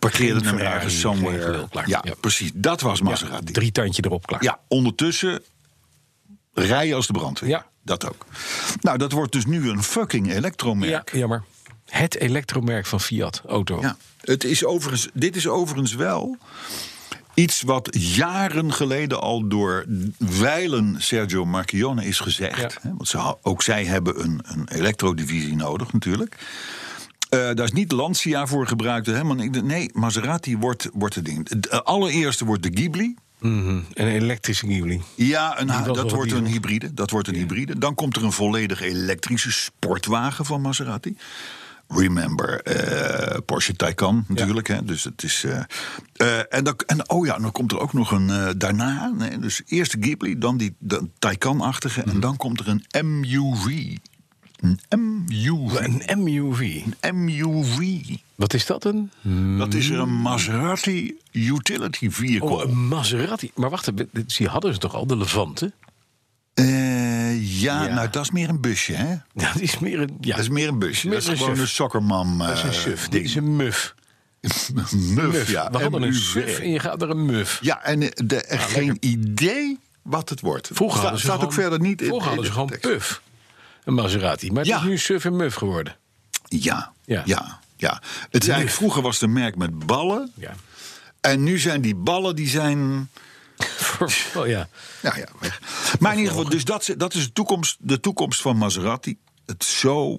Speaker 2: Parkeerde
Speaker 4: Geen
Speaker 2: hem
Speaker 4: Ferrari,
Speaker 2: ergens
Speaker 4: geen
Speaker 2: somewhere.
Speaker 4: gelul, klaar.
Speaker 2: Ja,
Speaker 4: Ja.
Speaker 2: precies. Dat was Maserati.
Speaker 4: Ja, drie tandje erop, klaar.
Speaker 2: Ja, ondertussen rijden als de brandweer.
Speaker 4: Ja.
Speaker 2: Dat ook. Nou, dat wordt dus nu een fucking
Speaker 4: Ja,
Speaker 2: elektromerk.
Speaker 4: jammer. Het elektromerk van Fiat Auto.
Speaker 2: Ja. Het is overigens, dit is overigens wel iets wat jaren geleden al door wijlen Sergio Marchionne is gezegd.
Speaker 4: Ja.
Speaker 2: Hè, want ze, ook zij hebben een, een elektrodivisie nodig natuurlijk. Uh, daar is niet Lancia voor gebruikt. Hè, maar ik, nee, Maserati wordt, wordt het ding. De allereerste wordt de Ghibli.
Speaker 4: Mm-hmm. Een elektrische Ghibli.
Speaker 2: Ja, een,
Speaker 4: Die was
Speaker 2: dat
Speaker 4: wel
Speaker 2: wordt
Speaker 4: diesel.
Speaker 2: een hybride. Dat wordt een hybride. Dan komt er een volledig elektrische sportwagen van Maserati. Remember, uh, Porsche Taycan natuurlijk. Ja. Hè, dus het is. Uh, uh, en, dan, en oh ja, dan komt er ook nog een uh, daarna. Nee, dus eerst de Ghibli, dan die de Taycan-achtige. Mm. En dan komt er een M U V. Een M U V.
Speaker 4: Een M U V.
Speaker 2: Een M U V.
Speaker 4: Wat is dat een?
Speaker 2: Dat is een Maserati Utility Vehicle.
Speaker 4: Oh, een Maserati. Maar wacht, die hadden ze toch al, de Levante?
Speaker 2: Uh, ja,
Speaker 4: Ja.
Speaker 2: nou dat is meer een busje, hè?
Speaker 4: Ja, dat is meer een... Ja,
Speaker 2: Dat is meer een busje.
Speaker 4: Meer
Speaker 2: Dat is
Speaker 4: een
Speaker 2: gewoon
Speaker 4: suf.
Speaker 2: een sokkermam.
Speaker 4: dat is een suf. Dit is een muf.
Speaker 2: muf,
Speaker 4: Muf.
Speaker 2: ja.
Speaker 4: We hadden een
Speaker 2: M U V.
Speaker 4: suf en je gaat er een muf.
Speaker 2: Ja, en de, de, er geen idee wat het wordt.
Speaker 4: Vroeger
Speaker 2: Sta-
Speaker 4: hadden ze
Speaker 2: staat
Speaker 4: gewoon,
Speaker 2: ook verder niet in-
Speaker 4: Vroeger
Speaker 2: in
Speaker 4: hadden ze
Speaker 2: de
Speaker 4: gewoon
Speaker 2: tekst.
Speaker 4: Puff. Een Maserati. Maar het
Speaker 2: Ja.
Speaker 4: is nu suf en muf geworden.
Speaker 2: Ja,
Speaker 4: Ja.
Speaker 2: ja, ja. Het is eigenlijk, vroeger was het een merk met ballen.
Speaker 4: Ja.
Speaker 2: En nu zijn die ballen, die zijn...
Speaker 4: Oh ja.
Speaker 2: Ja, ja, weg. Maar in ieder geval, dus dat, is- dat is de toekomst, de toekomst van Maserati. Het zo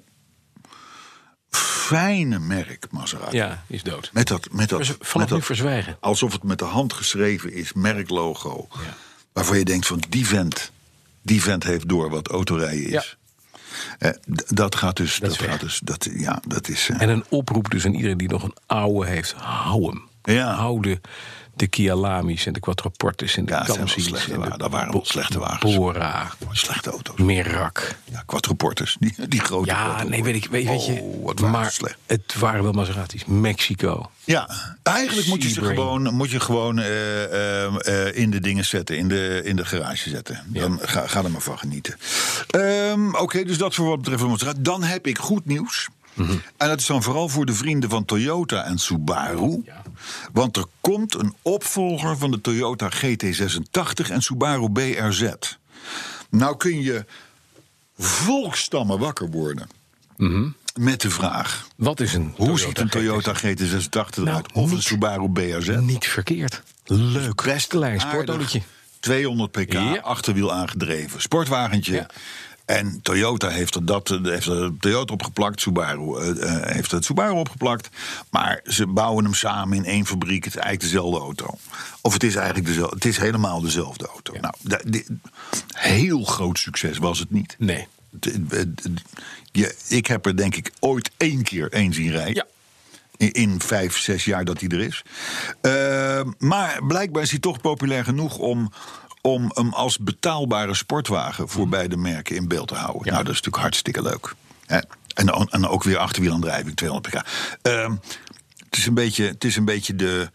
Speaker 2: fijne merk Maserati.
Speaker 4: Ja, is dood.
Speaker 2: Met dat, met dat,
Speaker 4: Vers- vanaf
Speaker 2: met
Speaker 4: nu
Speaker 2: dat
Speaker 4: verzwijgen.
Speaker 2: alsof het met de hand geschreven is, merklogo.
Speaker 4: Ja.
Speaker 2: Waarvan je denkt van die vent, die vent heeft door wat autorijden is. Eh, d- dat gaat dus, dat,
Speaker 4: is weg.
Speaker 2: gaat dus, dat, ja, dat is. eh,
Speaker 4: En een oproep dus aan iedereen die nog een oude heeft. Hou hem.
Speaker 2: Ja.
Speaker 4: Hou de, de Kia Lamis en de Quattroportes en de
Speaker 2: Ja, dat zijn wel
Speaker 4: Kamsils
Speaker 2: slechte
Speaker 4: en
Speaker 2: wa-
Speaker 4: de
Speaker 2: dat waren wel slechte wagens.
Speaker 4: Bora,
Speaker 2: slechte auto's.
Speaker 4: Merak.
Speaker 2: Ja, quadruporters, die, die grote.
Speaker 4: Ja,
Speaker 2: quadruporters.
Speaker 4: nee, weet ik, weet, weet je.
Speaker 2: Oh, wat waren
Speaker 4: maar
Speaker 2: ze slecht.
Speaker 4: het waren wel Maseratis. Mexico.
Speaker 2: Ja, eigenlijk moet je ze
Speaker 4: Sebring.
Speaker 2: gewoon, moet je gewoon eh, eh, eh, in de dingen zetten, in de, in de garage zetten. Dan ga, ga er maar van genieten. Ehm, Oké, dus dat voor wat betreft de Maserati. Dan heb ik goed nieuws.
Speaker 4: Mhm.
Speaker 2: En dat is dan vooral voor de vrienden van Toyota en Subaru.
Speaker 4: Ja.
Speaker 2: Want er komt een opvolger van de Toyota G T zesentachtig en Subaru B R Z. Nou kun je volkstammen wakker worden. Met de vraag,
Speaker 4: Wat is een
Speaker 2: hoe ziet een Toyota G T zesentachtig eruit? Of een
Speaker 4: niet-
Speaker 2: Subaru B R Z?
Speaker 4: Niet verkeerd. Leuk.
Speaker 2: Best
Speaker 4: Klein
Speaker 2: aardig.
Speaker 4: sportautootje.
Speaker 2: tweehonderd pk,
Speaker 4: Ja.
Speaker 2: achterwiel aangedreven. Sportwagentje.
Speaker 4: Ja.
Speaker 2: En Toyota heeft er dat heeft er Toyota opgeplakt. Subaru uh, uh, heeft het Subaru opgeplakt. Maar ze bouwen hem samen in één fabriek. Het is eigenlijk dezelfde auto. Of het is eigenlijk dezelfde. Het is helemaal dezelfde auto. Nou, de, de- heel groot succes was het niet.
Speaker 4: Nee.
Speaker 2: De- de- de- je, ik heb er denk ik ooit één keer één zien rijden.
Speaker 4: Ja.
Speaker 2: In, in vijf, zes jaar dat hij er is. Uh, maar blijkbaar is hij toch populair genoeg om, om hem als betaalbare sportwagen voor beide merken in beeld te houden.
Speaker 4: Ja.
Speaker 2: Nou, dat is natuurlijk hartstikke leuk. Hè? En, dan- en ook weer achterwielaandrijving, tweehonderd pk. Uh, het, is een beetje, het is een beetje de...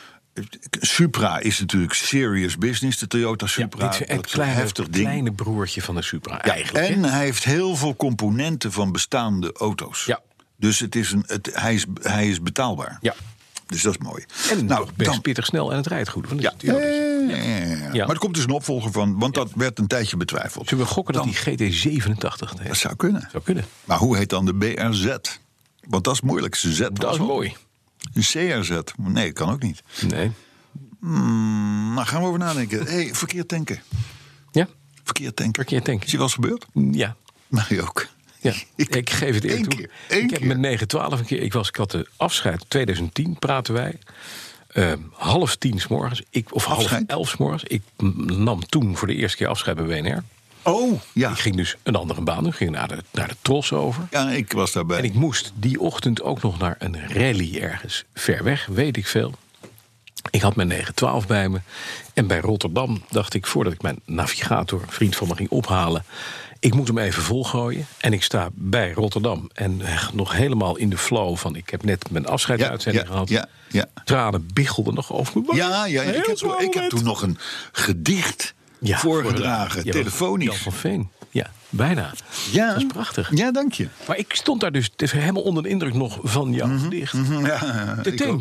Speaker 2: Supra is natuurlijk serious business, de Toyota Supra.
Speaker 4: dit is
Speaker 2: dat
Speaker 4: het
Speaker 2: is
Speaker 4: kleine,
Speaker 2: een heftig ding.
Speaker 4: kleine broertje van de Supra
Speaker 2: Ja,
Speaker 4: eigenlijk.
Speaker 2: en
Speaker 4: hè?
Speaker 2: hij heeft heel veel componenten van bestaande auto's.
Speaker 4: Ja.
Speaker 2: Dus het is een, het, hij, is, hij is betaalbaar.
Speaker 4: Ja.
Speaker 2: Dus dat is mooi.
Speaker 4: En
Speaker 2: nou,
Speaker 4: nog best
Speaker 2: dan,
Speaker 4: pittig snel en het rijdt goed. Want
Speaker 2: ja.
Speaker 4: het is een
Speaker 2: Ja, ja, ja, ja.
Speaker 4: Ja.
Speaker 2: Maar er komt dus een opvolger van, want dat werd een tijdje betwijfeld.
Speaker 4: Zullen we gokken dat
Speaker 2: Dan-
Speaker 4: die G T zevenentachtig heet?
Speaker 2: Dat zou kunnen.
Speaker 4: Zou kunnen.
Speaker 2: Maar hoe heet dan de B R Z? Want dat is moeilijk. Z
Speaker 4: Dat is mooi.
Speaker 2: Een C R Z? Nee, kan ook niet.
Speaker 4: Nee.
Speaker 2: Hmm, nou, gaan we over nadenken. Hé, hey, verkeerd tanken.
Speaker 4: Ja?
Speaker 2: Verkeerd tanken.
Speaker 4: Verkeerd tanken.
Speaker 2: Is je wel eens gebeurd?
Speaker 4: Ja.
Speaker 2: Mij ook.
Speaker 4: Ja, ik geef het
Speaker 2: Eén
Speaker 4: eerlijk toe.
Speaker 2: keer, één
Speaker 4: Ik heb
Speaker 2: keer.
Speaker 4: met negen twaalf een keer... Ik, was, ik had de afscheid, twintig tien praten wij. Uh, half tien 's morgens. Ik, of half
Speaker 2: Afscheid?
Speaker 4: elf 's morgens. Ik m- nam toen voor de eerste keer afscheid bij W N R.
Speaker 2: Oh, ja.
Speaker 4: Ik ging dus een andere baan doen. Ik ging naar de, naar de Tros over.
Speaker 2: Ja, ik was daarbij.
Speaker 4: En ik moest die ochtend ook nog naar een rally ergens ver weg. Weet ik veel. Ik had mijn negen twaalf bij me. En bij Rotterdam dacht ik, voordat ik mijn navigator, een vriend van me, ging ophalen... ik moet hem even volgooien. En ik sta bij Rotterdam. En eh, nog helemaal in de flow van... ik heb net mijn afscheidsuitzending
Speaker 2: ja,
Speaker 4: gehad.
Speaker 2: ja, ja.
Speaker 4: Tranen biggelden nog over me.
Speaker 2: Ja, ja, ik,
Speaker 4: Heel
Speaker 2: heb,
Speaker 4: zwaar
Speaker 2: ik heb
Speaker 4: moment.
Speaker 2: toen nog een gedicht
Speaker 4: Ja,
Speaker 2: voorgedragen,
Speaker 4: ja,
Speaker 2: telefonisch.
Speaker 4: Jan van Veen. Ja, bijna.
Speaker 2: Ja.
Speaker 4: Dat is prachtig.
Speaker 2: Ja, dank je.
Speaker 4: Maar ik stond daar dus helemaal onder de indruk nog van jouw gedicht.
Speaker 2: Ja,
Speaker 4: Te
Speaker 2: ik
Speaker 4: tanken.
Speaker 2: ook.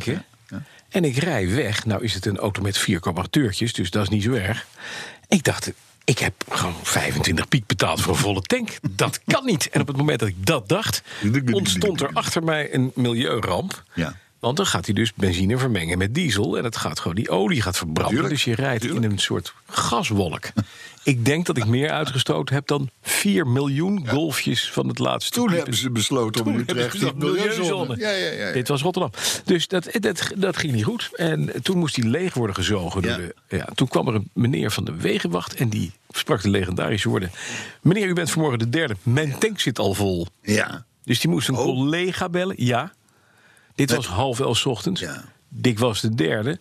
Speaker 2: Ja.
Speaker 4: En ik rij weg. Nou is het een auto met vier carburateurtjes, dus dat is niet zo erg. Ik dacht, ik heb gewoon vijfentwintig piek betaald voor een volle tank. Dat kan niet. En op het moment dat ik dat dacht, ontstond er achter mij een milieuramp.
Speaker 2: Ja.
Speaker 4: Want dan gaat hij dus benzine vermengen met diesel. En het gaat gewoon, die olie gaat verbranden.
Speaker 2: Tuurlijk,
Speaker 4: dus je rijdt
Speaker 2: tuurlijk.
Speaker 4: in een soort gaswolk. Ik denk dat ik meer uitgestoten heb dan vier miljoen golfjes van het laatste
Speaker 2: Toen
Speaker 4: type.
Speaker 2: hebben ze besloten om
Speaker 4: Toen
Speaker 2: Utrecht
Speaker 4: hebben ze
Speaker 2: die
Speaker 4: besloten,
Speaker 2: milieuzone.
Speaker 4: milieuzone.
Speaker 2: Ja, ja, ja, ja.
Speaker 4: Dit was Rotterdam. Dus dat, dat, dat ging niet goed. En toen moest hij leeg worden gezogen.
Speaker 2: Ja.
Speaker 4: Door de, ja, toen kwam er een meneer van de Wegenwacht. En die sprak de legendarische woorden: meneer, u bent vanmorgen de derde. Mijn tank zit al vol.
Speaker 2: Ja.
Speaker 4: Dus die moest een
Speaker 2: Oh.
Speaker 4: collega bellen. Ja. Dit was half elf 's ochtends.
Speaker 2: Ja.
Speaker 4: Dick was de derde.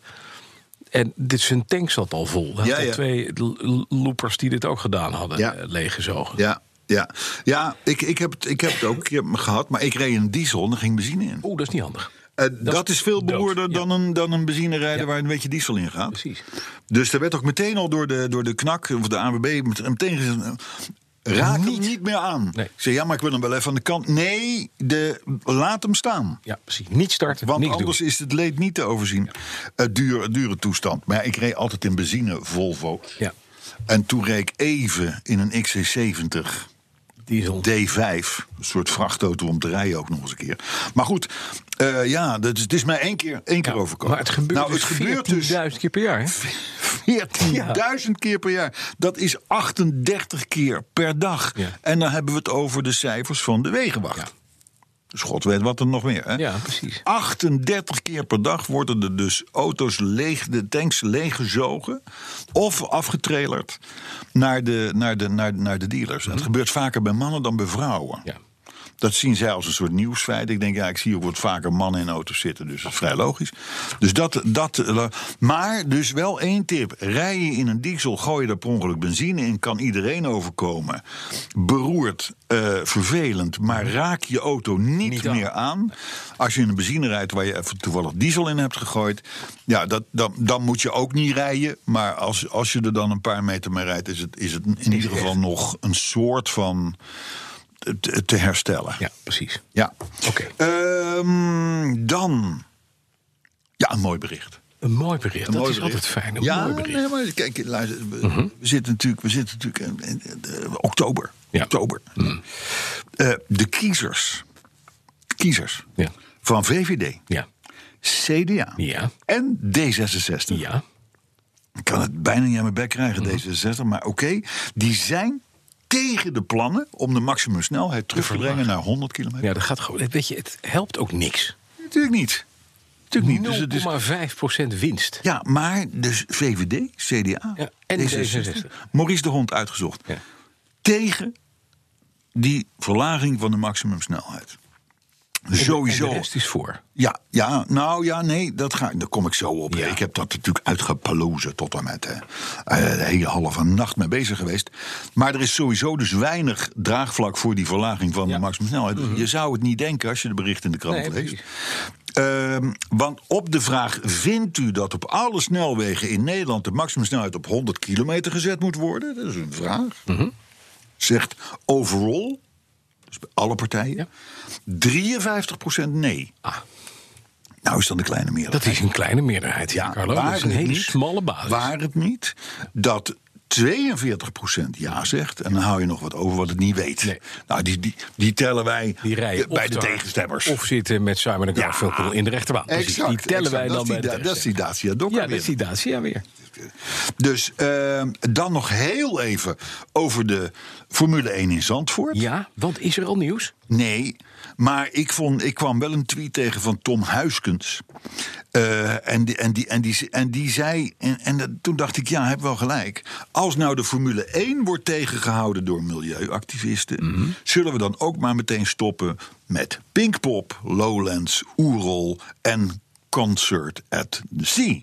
Speaker 4: En dit, zijn tank zat al vol. Hij had
Speaker 2: Ja,
Speaker 4: al
Speaker 2: ja.
Speaker 4: twee l- loopers die dit ook gedaan hadden,
Speaker 2: Ja.
Speaker 4: eh, leeggezogen.
Speaker 2: Ja, ja. ja ik, ik, heb het, ik heb het ook een keer gehad, maar ik reed een diesel en er ging benzine in.
Speaker 4: Oeh, dat is niet handig.
Speaker 2: Uh, dat,
Speaker 4: is
Speaker 2: is veel
Speaker 4: dood,
Speaker 2: beroerder
Speaker 4: ja.
Speaker 2: dan, een, dan een benzinerijder
Speaker 4: Ja.
Speaker 2: waar een beetje diesel in gaat.
Speaker 4: Precies.
Speaker 2: Dus er werd ook meteen al door de, door de knak, of de A N W B, met- meteen gezegd: uh, raak hem
Speaker 4: Niet.
Speaker 2: niet meer aan.
Speaker 4: Nee.
Speaker 2: Ik zei, ja, maar ik wil hem wel even aan de kant. Nee, de, laat hem staan.
Speaker 4: Ja, precies. Niet starten,
Speaker 2: Want
Speaker 4: niks
Speaker 2: anders
Speaker 4: doen.
Speaker 2: is het leed niet te overzien. Uh, dure, dure toestand. Maar ja, ik reed altijd in benzine Volvo.
Speaker 4: Ja,
Speaker 2: En toen reed ik even in een X C zeventig
Speaker 4: diesel.
Speaker 2: D vijf. Een soort vrachtauto om te rijden ook nog eens een keer. Maar goed, uh, ja, dat is, het is mij één keer, één keer
Speaker 4: Ja,
Speaker 2: overkomen.
Speaker 4: maar het gebeurt
Speaker 2: nou,
Speaker 4: dus
Speaker 2: het gebeurt dus
Speaker 4: veertienduizend keer per jaar. Hè?
Speaker 2: veertienduizend keer per jaar. Dat is achtendertig keer per dag.
Speaker 4: Ja.
Speaker 2: En dan hebben we het over de cijfers van de Wegenwacht.
Speaker 4: Ja.
Speaker 2: Dus God weet wat er nog meer. Hè?
Speaker 4: Ja, precies.
Speaker 2: achtendertig keer per dag worden er dus auto's leeg, de tanks leeggezogen of afgetrailerd naar de, naar de, naar, naar de dealers. En het gebeurt vaker bij mannen dan bij vrouwen.
Speaker 4: Ja.
Speaker 2: Dat zien zij als een soort nieuwsfeit. Ik denk, ja, ik zie ook wat vaker mannen in auto's zitten. Dus dat is vrij logisch. Dus dat, dat, maar dus wel één tip. Rij je in een diesel, gooi je daar per ongeluk benzine in, kan iedereen overkomen. Beroerd, uh, vervelend, maar raak je auto niet,
Speaker 4: Niet aan.
Speaker 2: meer aan. Als je in een benzine rijdt waar je even toevallig diesel in hebt gegooid, ja, dat, dan, dan moet je ook niet rijden. Maar als, als je er dan een paar meter mee rijdt, is het, is het in ieder geval nog een soort van te, te herstellen.
Speaker 4: Ja, precies.
Speaker 2: Ja.
Speaker 4: Oké.
Speaker 2: Ehm, dan. Ja, een mooi bericht.
Speaker 4: Een mooi bericht.
Speaker 2: Een
Speaker 4: dat
Speaker 2: mooi
Speaker 4: is
Speaker 2: bericht.
Speaker 4: altijd fijn. Een
Speaker 2: ja,
Speaker 4: mooi bericht.
Speaker 2: nee, maar kijk, luister, we, we zitten natuurlijk, we zitten natuurlijk in, in, in, in oktober.
Speaker 4: Ja.
Speaker 2: Oktober.
Speaker 4: Mm.
Speaker 2: Uh, de kiezers, kiezers
Speaker 4: Ja.
Speaker 2: van V V D,
Speaker 4: Ja.
Speaker 2: C D A
Speaker 4: Ja.
Speaker 2: en D zesenzestig.
Speaker 4: Ja.
Speaker 2: Ik kan het bijna niet aan mijn bek krijgen, D zesenzestig, maar oké. Okay, die zijn tegen de plannen om de maximumsnelheid terug te brengen naar honderd kilometer.
Speaker 4: Ja, dat gaat gewoon. Weet je, het helpt ook niks.
Speaker 2: Natuurlijk niet. Natuurlijk niet. Dus het is,
Speaker 4: nul komma vijf procent winst.
Speaker 2: ja, maar dus V V D, C D A
Speaker 4: Ja, en D zesenzestig.
Speaker 2: Maurice de Hond uitgezocht.
Speaker 4: Ja.
Speaker 2: Tegen die verlaging van de maximumsnelheid.
Speaker 4: En de-
Speaker 2: Sowieso.
Speaker 4: En de rest is voor.
Speaker 2: Ja, ja, nou ja, nee, dat ga, daar kom ik zo op.
Speaker 4: Ja.
Speaker 2: Ik heb dat natuurlijk uitgepalozen tot en met hè, uh, de hele halve nacht mee bezig geweest. Maar er is sowieso dus weinig draagvlak voor die verlaging van
Speaker 4: Ja.
Speaker 2: de maximumsnelheid. Mm-hmm. Je zou het niet denken als je de berichten in de krant
Speaker 4: Nee,
Speaker 2: leest.
Speaker 4: precies.
Speaker 2: Uh, want op de vraag, vindt u dat op alle snelwegen in Nederland de maximumsnelheid op honderd kilometer gezet moet worden? Dat is een vraag.
Speaker 4: Mm-hmm.
Speaker 2: Zegt overall, dus bij alle partijen,
Speaker 4: Ja.
Speaker 2: drieënvijftig procent nee.
Speaker 4: Ah,
Speaker 2: Nou is dan de kleine meerderheid.
Speaker 4: dat is een kleine meerderheid, ja, Carlo. Dat is een
Speaker 2: het
Speaker 4: hele
Speaker 2: niet,
Speaker 4: smalle basis.
Speaker 2: Waar het niet dat tweeënveertig procent ja zegt, en dan hou je nog wat over wat het niet weet.
Speaker 4: Nee.
Speaker 2: Nou, die, die, die tellen wij
Speaker 4: Die rijden
Speaker 2: bij
Speaker 4: of
Speaker 2: de
Speaker 4: te hard,
Speaker 2: tegenstemmers.
Speaker 4: Of zitten met Simon en Garfunkel in de rechterbaan. Precies,
Speaker 2: Exact,
Speaker 4: die tellen
Speaker 2: exact.
Speaker 4: wij
Speaker 2: dat
Speaker 4: dan
Speaker 2: is
Speaker 4: bij
Speaker 2: die,
Speaker 4: de
Speaker 2: da- Dat is die Dacia Docker
Speaker 4: Ja, dat
Speaker 2: weer.
Speaker 4: is die Dacia weer.
Speaker 2: Dus uh, dan nog heel even over de Formule één in Zandvoort.
Speaker 4: Ja, want is er al nieuws?
Speaker 2: Nee, maar ik, vond, ik kwam wel een tweet tegen van Tom Huiskens. Uh, en, die, en, die, en, die, en die zei, en, en dat, toen dacht ik, ja, hij heeft wel gelijk. Als nou de Formule één wordt tegengehouden door milieuactivisten, mm-hmm. zullen we dan ook maar meteen stoppen met Pinkpop, Lowlands, Oerol en Concert at the Sea.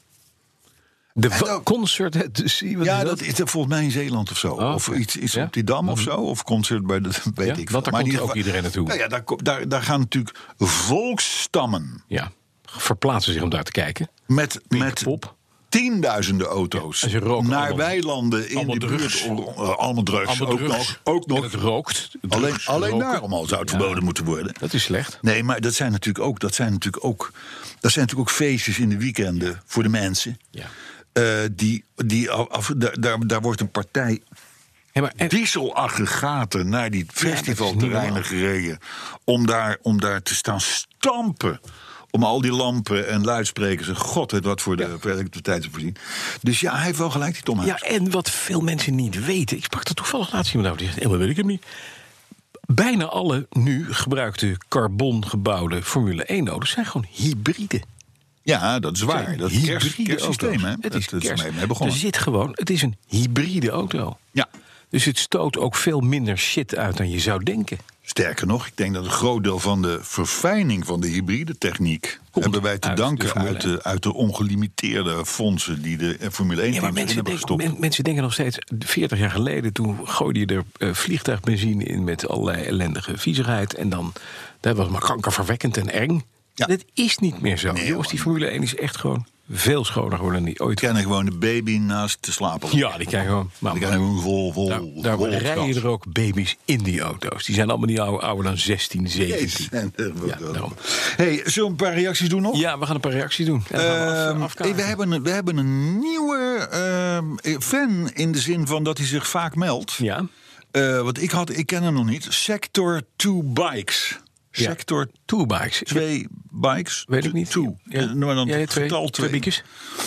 Speaker 4: De
Speaker 2: En
Speaker 4: va-
Speaker 2: ook-
Speaker 4: concert at the Sea, wat
Speaker 2: Ja,
Speaker 4: is
Speaker 2: dat is er volgens mij in Zeeland of zo.
Speaker 4: Oh,
Speaker 2: Of
Speaker 4: oké.
Speaker 2: iets, iets
Speaker 4: Ja?
Speaker 2: op die dam of zo. Of concert bij de, weet
Speaker 4: Ja,
Speaker 2: ik
Speaker 4: want daar
Speaker 2: veel. Maar in
Speaker 4: komt
Speaker 2: ieder
Speaker 4: ook
Speaker 2: geval-
Speaker 4: iedereen naartoe.
Speaker 2: Nou ja, daar, ko- daar, daar gaan natuurlijk volksstammen
Speaker 4: Ja, verplaatsen zich om daar te kijken.
Speaker 2: met, met
Speaker 4: Pinkpop.
Speaker 2: tienduizenden auto's
Speaker 4: Ja, naar allemaal,
Speaker 2: weilanden in
Speaker 4: allemaal
Speaker 2: de
Speaker 4: drugs.
Speaker 2: buurt. Uh, allemaal drugs.
Speaker 4: Allemaal
Speaker 2: ook
Speaker 4: drugs.
Speaker 2: nog. Ook nog.
Speaker 4: En het rookt.
Speaker 2: Alleen,
Speaker 4: Drugs,
Speaker 2: alleen
Speaker 4: roken.
Speaker 2: daarom zou het verboden
Speaker 4: Ja.
Speaker 2: moeten worden.
Speaker 4: Dat is slecht.
Speaker 2: Nee, maar dat zijn natuurlijk ook, dat zijn natuurlijk ook, dat zijn natuurlijk ook feestjes in de weekenden voor de mensen.
Speaker 4: Ja.
Speaker 2: Uh, die, die af, daar, daar, daar wordt een partij
Speaker 4: Hey, maar, en,
Speaker 2: dieselaggregaten naar die festivalterreinen gereden. Om daar, om daar te staan stampen. Om al die lampen en luidsprekers en god weet wat voor de elektriciteit te voorzien. Dus ja, hij heeft wel gelijk, die Tom Huis.
Speaker 4: ja, en wat veel mensen niet weten. Ik sprak er toevallig laatst iemand over. Die zegt, helemaal weet ik hem niet. Bijna alle nu gebruikte carbongebouwde Formule één-auto's zijn gewoon hybride.
Speaker 2: Ja, dat is waar.
Speaker 4: Zijn
Speaker 2: Dat is
Speaker 4: hybride
Speaker 2: kerst, kerstsysteem,
Speaker 4: auto's.
Speaker 2: hè?
Speaker 4: Het is
Speaker 2: dat, dat
Speaker 4: kerst.
Speaker 2: is mee begonnen.
Speaker 4: Er zit gewoon, het is een hybride auto.
Speaker 2: Ja.
Speaker 4: Dus het stoot ook veel minder shit uit dan je zou denken.
Speaker 2: Sterker nog, ik denk dat een groot deel van de verfijning van de hybride techniek
Speaker 4: Komt
Speaker 2: hebben wij te
Speaker 4: uit de
Speaker 2: danken
Speaker 4: Formule
Speaker 2: uit de, uit de ongelimiteerde fondsen die de Formule één
Speaker 4: Ja, maar
Speaker 2: teams
Speaker 4: mensen
Speaker 2: hebben
Speaker 4: denken,
Speaker 2: gestopt.
Speaker 4: men- mensen denken nog steeds, veertig jaar geleden, toen gooide je er uh, vliegtuigbenzine in met allerlei ellendige viezigheid. En dan, dat was maar kankerverwekkend en eng.
Speaker 2: Ja.
Speaker 4: Dat is niet meer zo.
Speaker 2: Nee,
Speaker 4: Jongens, die Formule één is echt gewoon veel schoner geworden dan die ooit.
Speaker 2: Ik ken gewoon de baby naast te slapen.
Speaker 4: Ja, die krijgen gewoon. Maar,
Speaker 2: Die krijgen gewoon vol, vol,
Speaker 4: daar daar
Speaker 2: vol
Speaker 4: rijden
Speaker 2: gas.
Speaker 4: er ook baby's in die auto's. Die zijn allemaal niet ouder, ouder dan zestien, zeventien.
Speaker 2: Jezus. En, eh,
Speaker 4: Ja, daarom.
Speaker 2: hey, zullen we een paar reacties doen nog?
Speaker 4: Ja, we gaan een paar reacties doen. En dan gaan we af-
Speaker 2: Ehm,
Speaker 4: afkaarten.
Speaker 2: we, hebben een, we hebben een nieuwe ehm, fan in de zin van dat hij zich vaak meldt.
Speaker 4: Ja,
Speaker 2: Eh, want ik, had, ik ken hem nog niet. Sector two Bikes.
Speaker 4: Ja.
Speaker 2: Sector
Speaker 4: tourbikes.
Speaker 2: twee bikes.
Speaker 4: Weet ik niet.
Speaker 2: Two.
Speaker 4: Ja.
Speaker 2: Eh, maar dan
Speaker 4: Ja, ja, twee,
Speaker 2: getal
Speaker 4: twee
Speaker 2: twee.
Speaker 4: biekjes.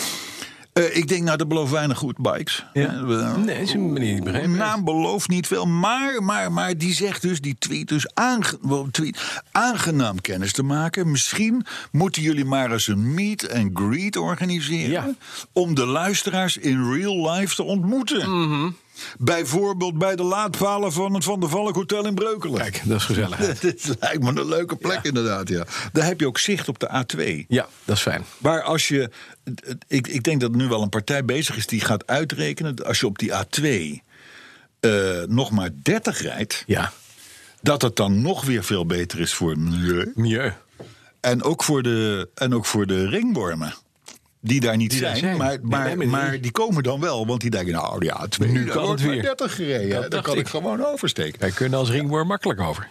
Speaker 2: Eh, ik denk, nou, dat belooft weinig goed, bikes.
Speaker 4: Ja.
Speaker 2: Eh, we-
Speaker 4: Nee, is een manier niet begrepen.
Speaker 2: Naam belooft niet veel, maar, maar, maar die zegt dus, die tweet dus, aange, wel, tweet, aangenaam kennis te maken. Misschien moeten jullie maar eens een meet and greet organiseren.
Speaker 4: Ja.
Speaker 2: Om de luisteraars in real life te ontmoeten.
Speaker 4: Mhm.
Speaker 2: Bijvoorbeeld bij de laadpalen van het Van der Valk Hotel in Breukelen.
Speaker 4: Kijk, dat is gezelligheid.
Speaker 2: Dit lijkt me een leuke plek,
Speaker 4: Ja.
Speaker 2: inderdaad. Ja. Daar heb je ook zicht op de A twee.
Speaker 4: Ja, dat is fijn.
Speaker 2: Maar als je. Ik, ik denk dat er nu wel een partij bezig is die gaat uitrekenen. Als je op die A twee uh, nog maar dertig rijdt.
Speaker 4: Ja.
Speaker 2: Dat het dan nog weer veel beter is voor het milieu.
Speaker 4: Milieu.
Speaker 2: En ook voor de, en ook voor de ringwormen. Die daar niet
Speaker 4: Die daar
Speaker 2: zijn,
Speaker 4: zijn.
Speaker 2: Maar,
Speaker 4: Nee,
Speaker 2: maar,
Speaker 4: nee, maar
Speaker 2: maar
Speaker 4: die-
Speaker 2: die komen dan wel. Want die denken, nou die A twee,
Speaker 4: Nu
Speaker 2: daar
Speaker 4: kan
Speaker 2: wordt
Speaker 4: het
Speaker 2: maar
Speaker 4: weer.
Speaker 2: dertig gereden.
Speaker 4: Dat
Speaker 2: Daar
Speaker 4: dacht
Speaker 2: kan ik
Speaker 4: ik.
Speaker 2: gewoon oversteken.
Speaker 4: Wij kunnen als ringworm makkelijk over.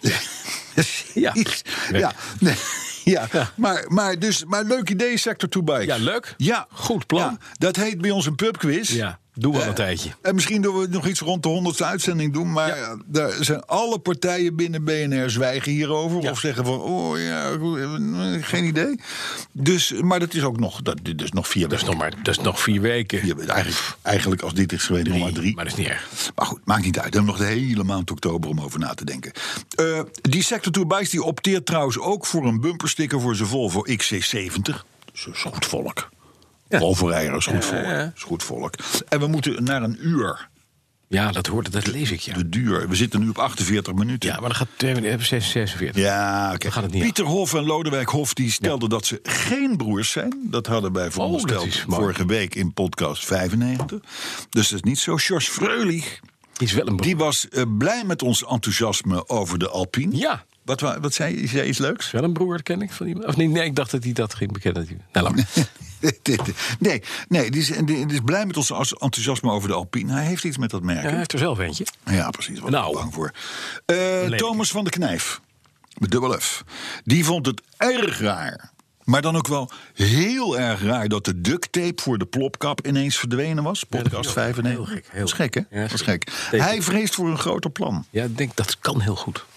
Speaker 2: Ja,
Speaker 4: Weg.
Speaker 2: ja, nee, ja. Maar, maar, dus, maar leuk idee, Sector two Bikes.
Speaker 4: Ja, leuk.
Speaker 2: Ja.
Speaker 4: Goed plan.
Speaker 2: Ja, dat heet bij ons een pubquiz.
Speaker 4: Ja, doen we al
Speaker 2: Eh,
Speaker 4: een tijdje.
Speaker 2: En misschien doen we nog iets rond de honderdste uitzending doen. Maar
Speaker 4: Ja.
Speaker 2: ja, daar zijn alle partijen binnen B N R zwijgen hierover.
Speaker 4: Ja.
Speaker 2: Of zeggen van, oh ja, goed, eh, geen idee. Dus, maar dat is ook nog, dat, dit is nog vier
Speaker 4: Dat is
Speaker 2: weken.
Speaker 4: nog maar dat is nog vier weken.
Speaker 2: Ja, eigenlijk, eigenlijk als dit is geweest, nog maar drie.
Speaker 4: Maar dat is niet erg.
Speaker 2: Maar goed, maakt niet uit. We hebben nog de hele maand oktober om over na te denken. Uh, die Sector two Bikes die opteert trouwens ook voor een bumpersticker voor zijn Volvo X C zeventig. Dus dat is goed volk.
Speaker 4: Ja.
Speaker 2: Volvo-rijders, goed volk.
Speaker 4: Ja, ja.
Speaker 2: Is goed volk. En we moeten naar een uur.
Speaker 4: Ja, dat hoort, dat lees ik, ja.
Speaker 2: De duur. We zitten nu op achtenveertig minuten.
Speaker 4: Ja, maar dan gaat het zesenveertig.
Speaker 2: Ja, oké.
Speaker 4: Dan gaat het niet
Speaker 2: Pieter Hof en Lodewijk Hof die stelden dat ze geen broers zijn. Dat hadden wij verondersteld
Speaker 4: Oh, dat is mooi.
Speaker 2: vorige week in podcast vijfennegentig. Dus dat is niet zo. George Freulich,
Speaker 4: Is wel een
Speaker 2: die was uh, blij met ons enthousiasme over de Alpine.
Speaker 4: Ja,
Speaker 2: Wat, wa- wat zei je? Zei iets leuks?
Speaker 4: is wel een broer, ken ik van iemand. Of nee, nee, ik dacht dat hij dat ging bekennen. Nou, laat maar.
Speaker 2: nee, nee die, is, die, die is blij met ons enthousiasme over de Alpine. Hij heeft iets met dat merk.
Speaker 4: Ja, hij heeft er zelf eentje.
Speaker 2: Ja, precies. Wat
Speaker 4: Nou.
Speaker 2: ik bang voor. Uh,
Speaker 4: Lelijk.
Speaker 2: Thomas van de Knijf, met dubbel F. Die vond het erg raar. Maar dan ook wel heel erg raar dat de duct tape voor de plopkap ineens verdwenen was.
Speaker 4: dat
Speaker 2: Podcast
Speaker 4: vind ik ook
Speaker 2: vijfennegentig.
Speaker 4: heel gek, heel
Speaker 2: dat is gek, hè?
Speaker 4: Ja,
Speaker 2: dat is
Speaker 4: gek.
Speaker 2: gek.
Speaker 4: Teken.
Speaker 2: Hij vreest voor een groter plan.
Speaker 4: Ja, ik denk dat kan heel goed.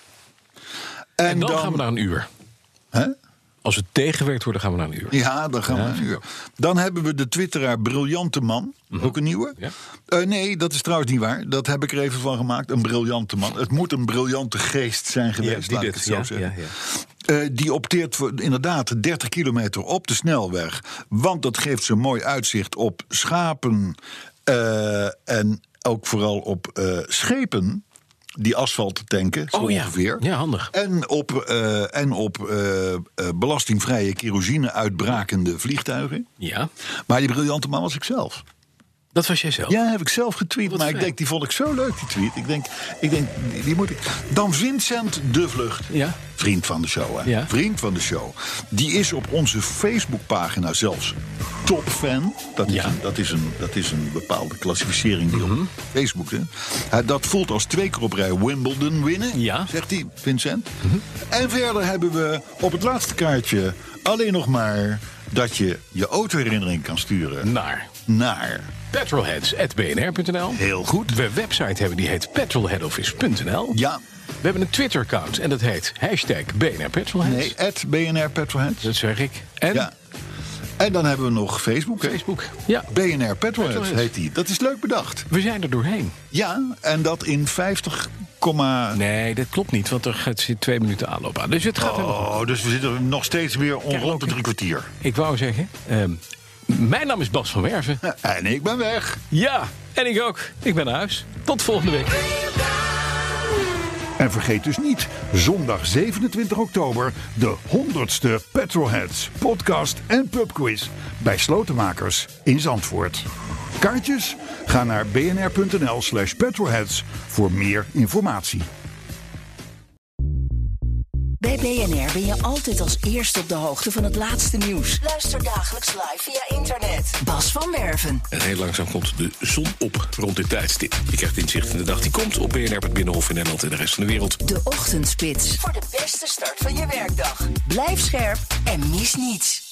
Speaker 4: En, dan, gaan we naar een uur.
Speaker 2: Hè?
Speaker 4: Als we tegengewerkt worden, gaan we naar een uur.
Speaker 2: Ja, dan gaan we
Speaker 4: Ja,
Speaker 2: naar een
Speaker 4: vind ik
Speaker 2: uur. Dan hebben we de twitteraar Briljante Man. Ook een nieuwe.
Speaker 4: Ja.
Speaker 2: Uh, nee, dat is trouwens niet waar. Dat heb ik er even van gemaakt. Een briljante man. Het moet een briljante geest zijn geweest, laat ik het zo
Speaker 4: ja,
Speaker 2: zeggen.
Speaker 4: ja, ja.
Speaker 2: Uh, die opteert voor inderdaad dertig kilometer op de snelweg. Want dat geeft ze mooi uitzicht op schapen. Uh, en ook vooral op uh, schepen die asfalt tanken, zo
Speaker 4: Oh ja.
Speaker 2: ongeveer.
Speaker 4: Ja, handig.
Speaker 2: En op, uh, en op uh, uh, belastingvrije kerosine uitbrakende vliegtuigen.
Speaker 4: Ja.
Speaker 2: Maar die briljante man was ik zelf.
Speaker 4: Dat was jij zelf?
Speaker 2: Ja, heb ik zelf getweet.
Speaker 4: Wat
Speaker 2: maar
Speaker 4: fijn.
Speaker 2: ik denk, die vond ik zo leuk, die tweet. Ik denk, ik denk die, die moet ik... Dan Vincent de Vlucht.
Speaker 4: Ja.
Speaker 2: Vriend van de show, hè?
Speaker 4: Ja.
Speaker 2: Vriend van de show. Die is op onze Facebookpagina zelfs topfan. Dat is,
Speaker 4: Ja.
Speaker 2: een, dat is, een, dat is een bepaalde klassificering die
Speaker 4: Mhm.
Speaker 2: op Facebook is. Hij, dat voelt als twee keer op rij Wimbledon winnen,
Speaker 4: Ja.
Speaker 2: zegt hij, Vincent. En verder hebben we op het laatste kaartje alleen nog maar dat je je autoherinnering kan sturen
Speaker 4: Naar
Speaker 2: naar...
Speaker 4: petrolheads at b n r punt n l.
Speaker 2: Heel goed.
Speaker 4: We een website hebben die heet petrolheadoffice punt n l.
Speaker 2: Ja,
Speaker 4: We hebben een Twitter-account en dat heet hashtag B N R Petrolheads.
Speaker 2: nee, at B N R Petrolheads.
Speaker 4: Dat zeg ik. En
Speaker 2: Ja. En dan hebben we nog Facebook. hè?
Speaker 4: Facebook. Ja,
Speaker 2: B N R Petrolheads
Speaker 4: Petrolheads.
Speaker 2: heet die. Dat is leuk bedacht.
Speaker 4: we zijn er doorheen.
Speaker 2: Ja, en dat in vijftig,
Speaker 4: Nee, dat klopt niet, want er gaat- zit twee minuten aanloop aan. Dus het gaat helemaal goed.
Speaker 2: oh, dus we zitten nog steeds weer om,
Speaker 4: Kijk,
Speaker 2: rond de
Speaker 4: ook-
Speaker 2: drie kwartier.
Speaker 4: Ik wou zeggen, ehm, mijn naam is Bas van Werven.
Speaker 2: En ik ben weg.
Speaker 4: Ja, en ik ook. Ik ben naar huis. Tot volgende week.
Speaker 2: En vergeet dus niet, zondag zevenentwintig oktober... de honderdste Petrolheads podcast en pubquiz... bij Slotenmakers in Zandvoort. Kaartjes? Ga naar bnr.nl slash petrolheads voor meer informatie.
Speaker 5: Bij B N R ben je altijd als eerste op de hoogte van het laatste nieuws. Luister dagelijks live via internet. Bas van Werven.
Speaker 6: En heel langzaam komt de zon op rond dit tijdstip. Je krijgt inzicht in de dag die komt op B N R, het Binnenhof in Nederland en de rest van de wereld.
Speaker 5: De Ochtendspits. Voor de beste start van je werkdag. Blijf scherp en mis niets.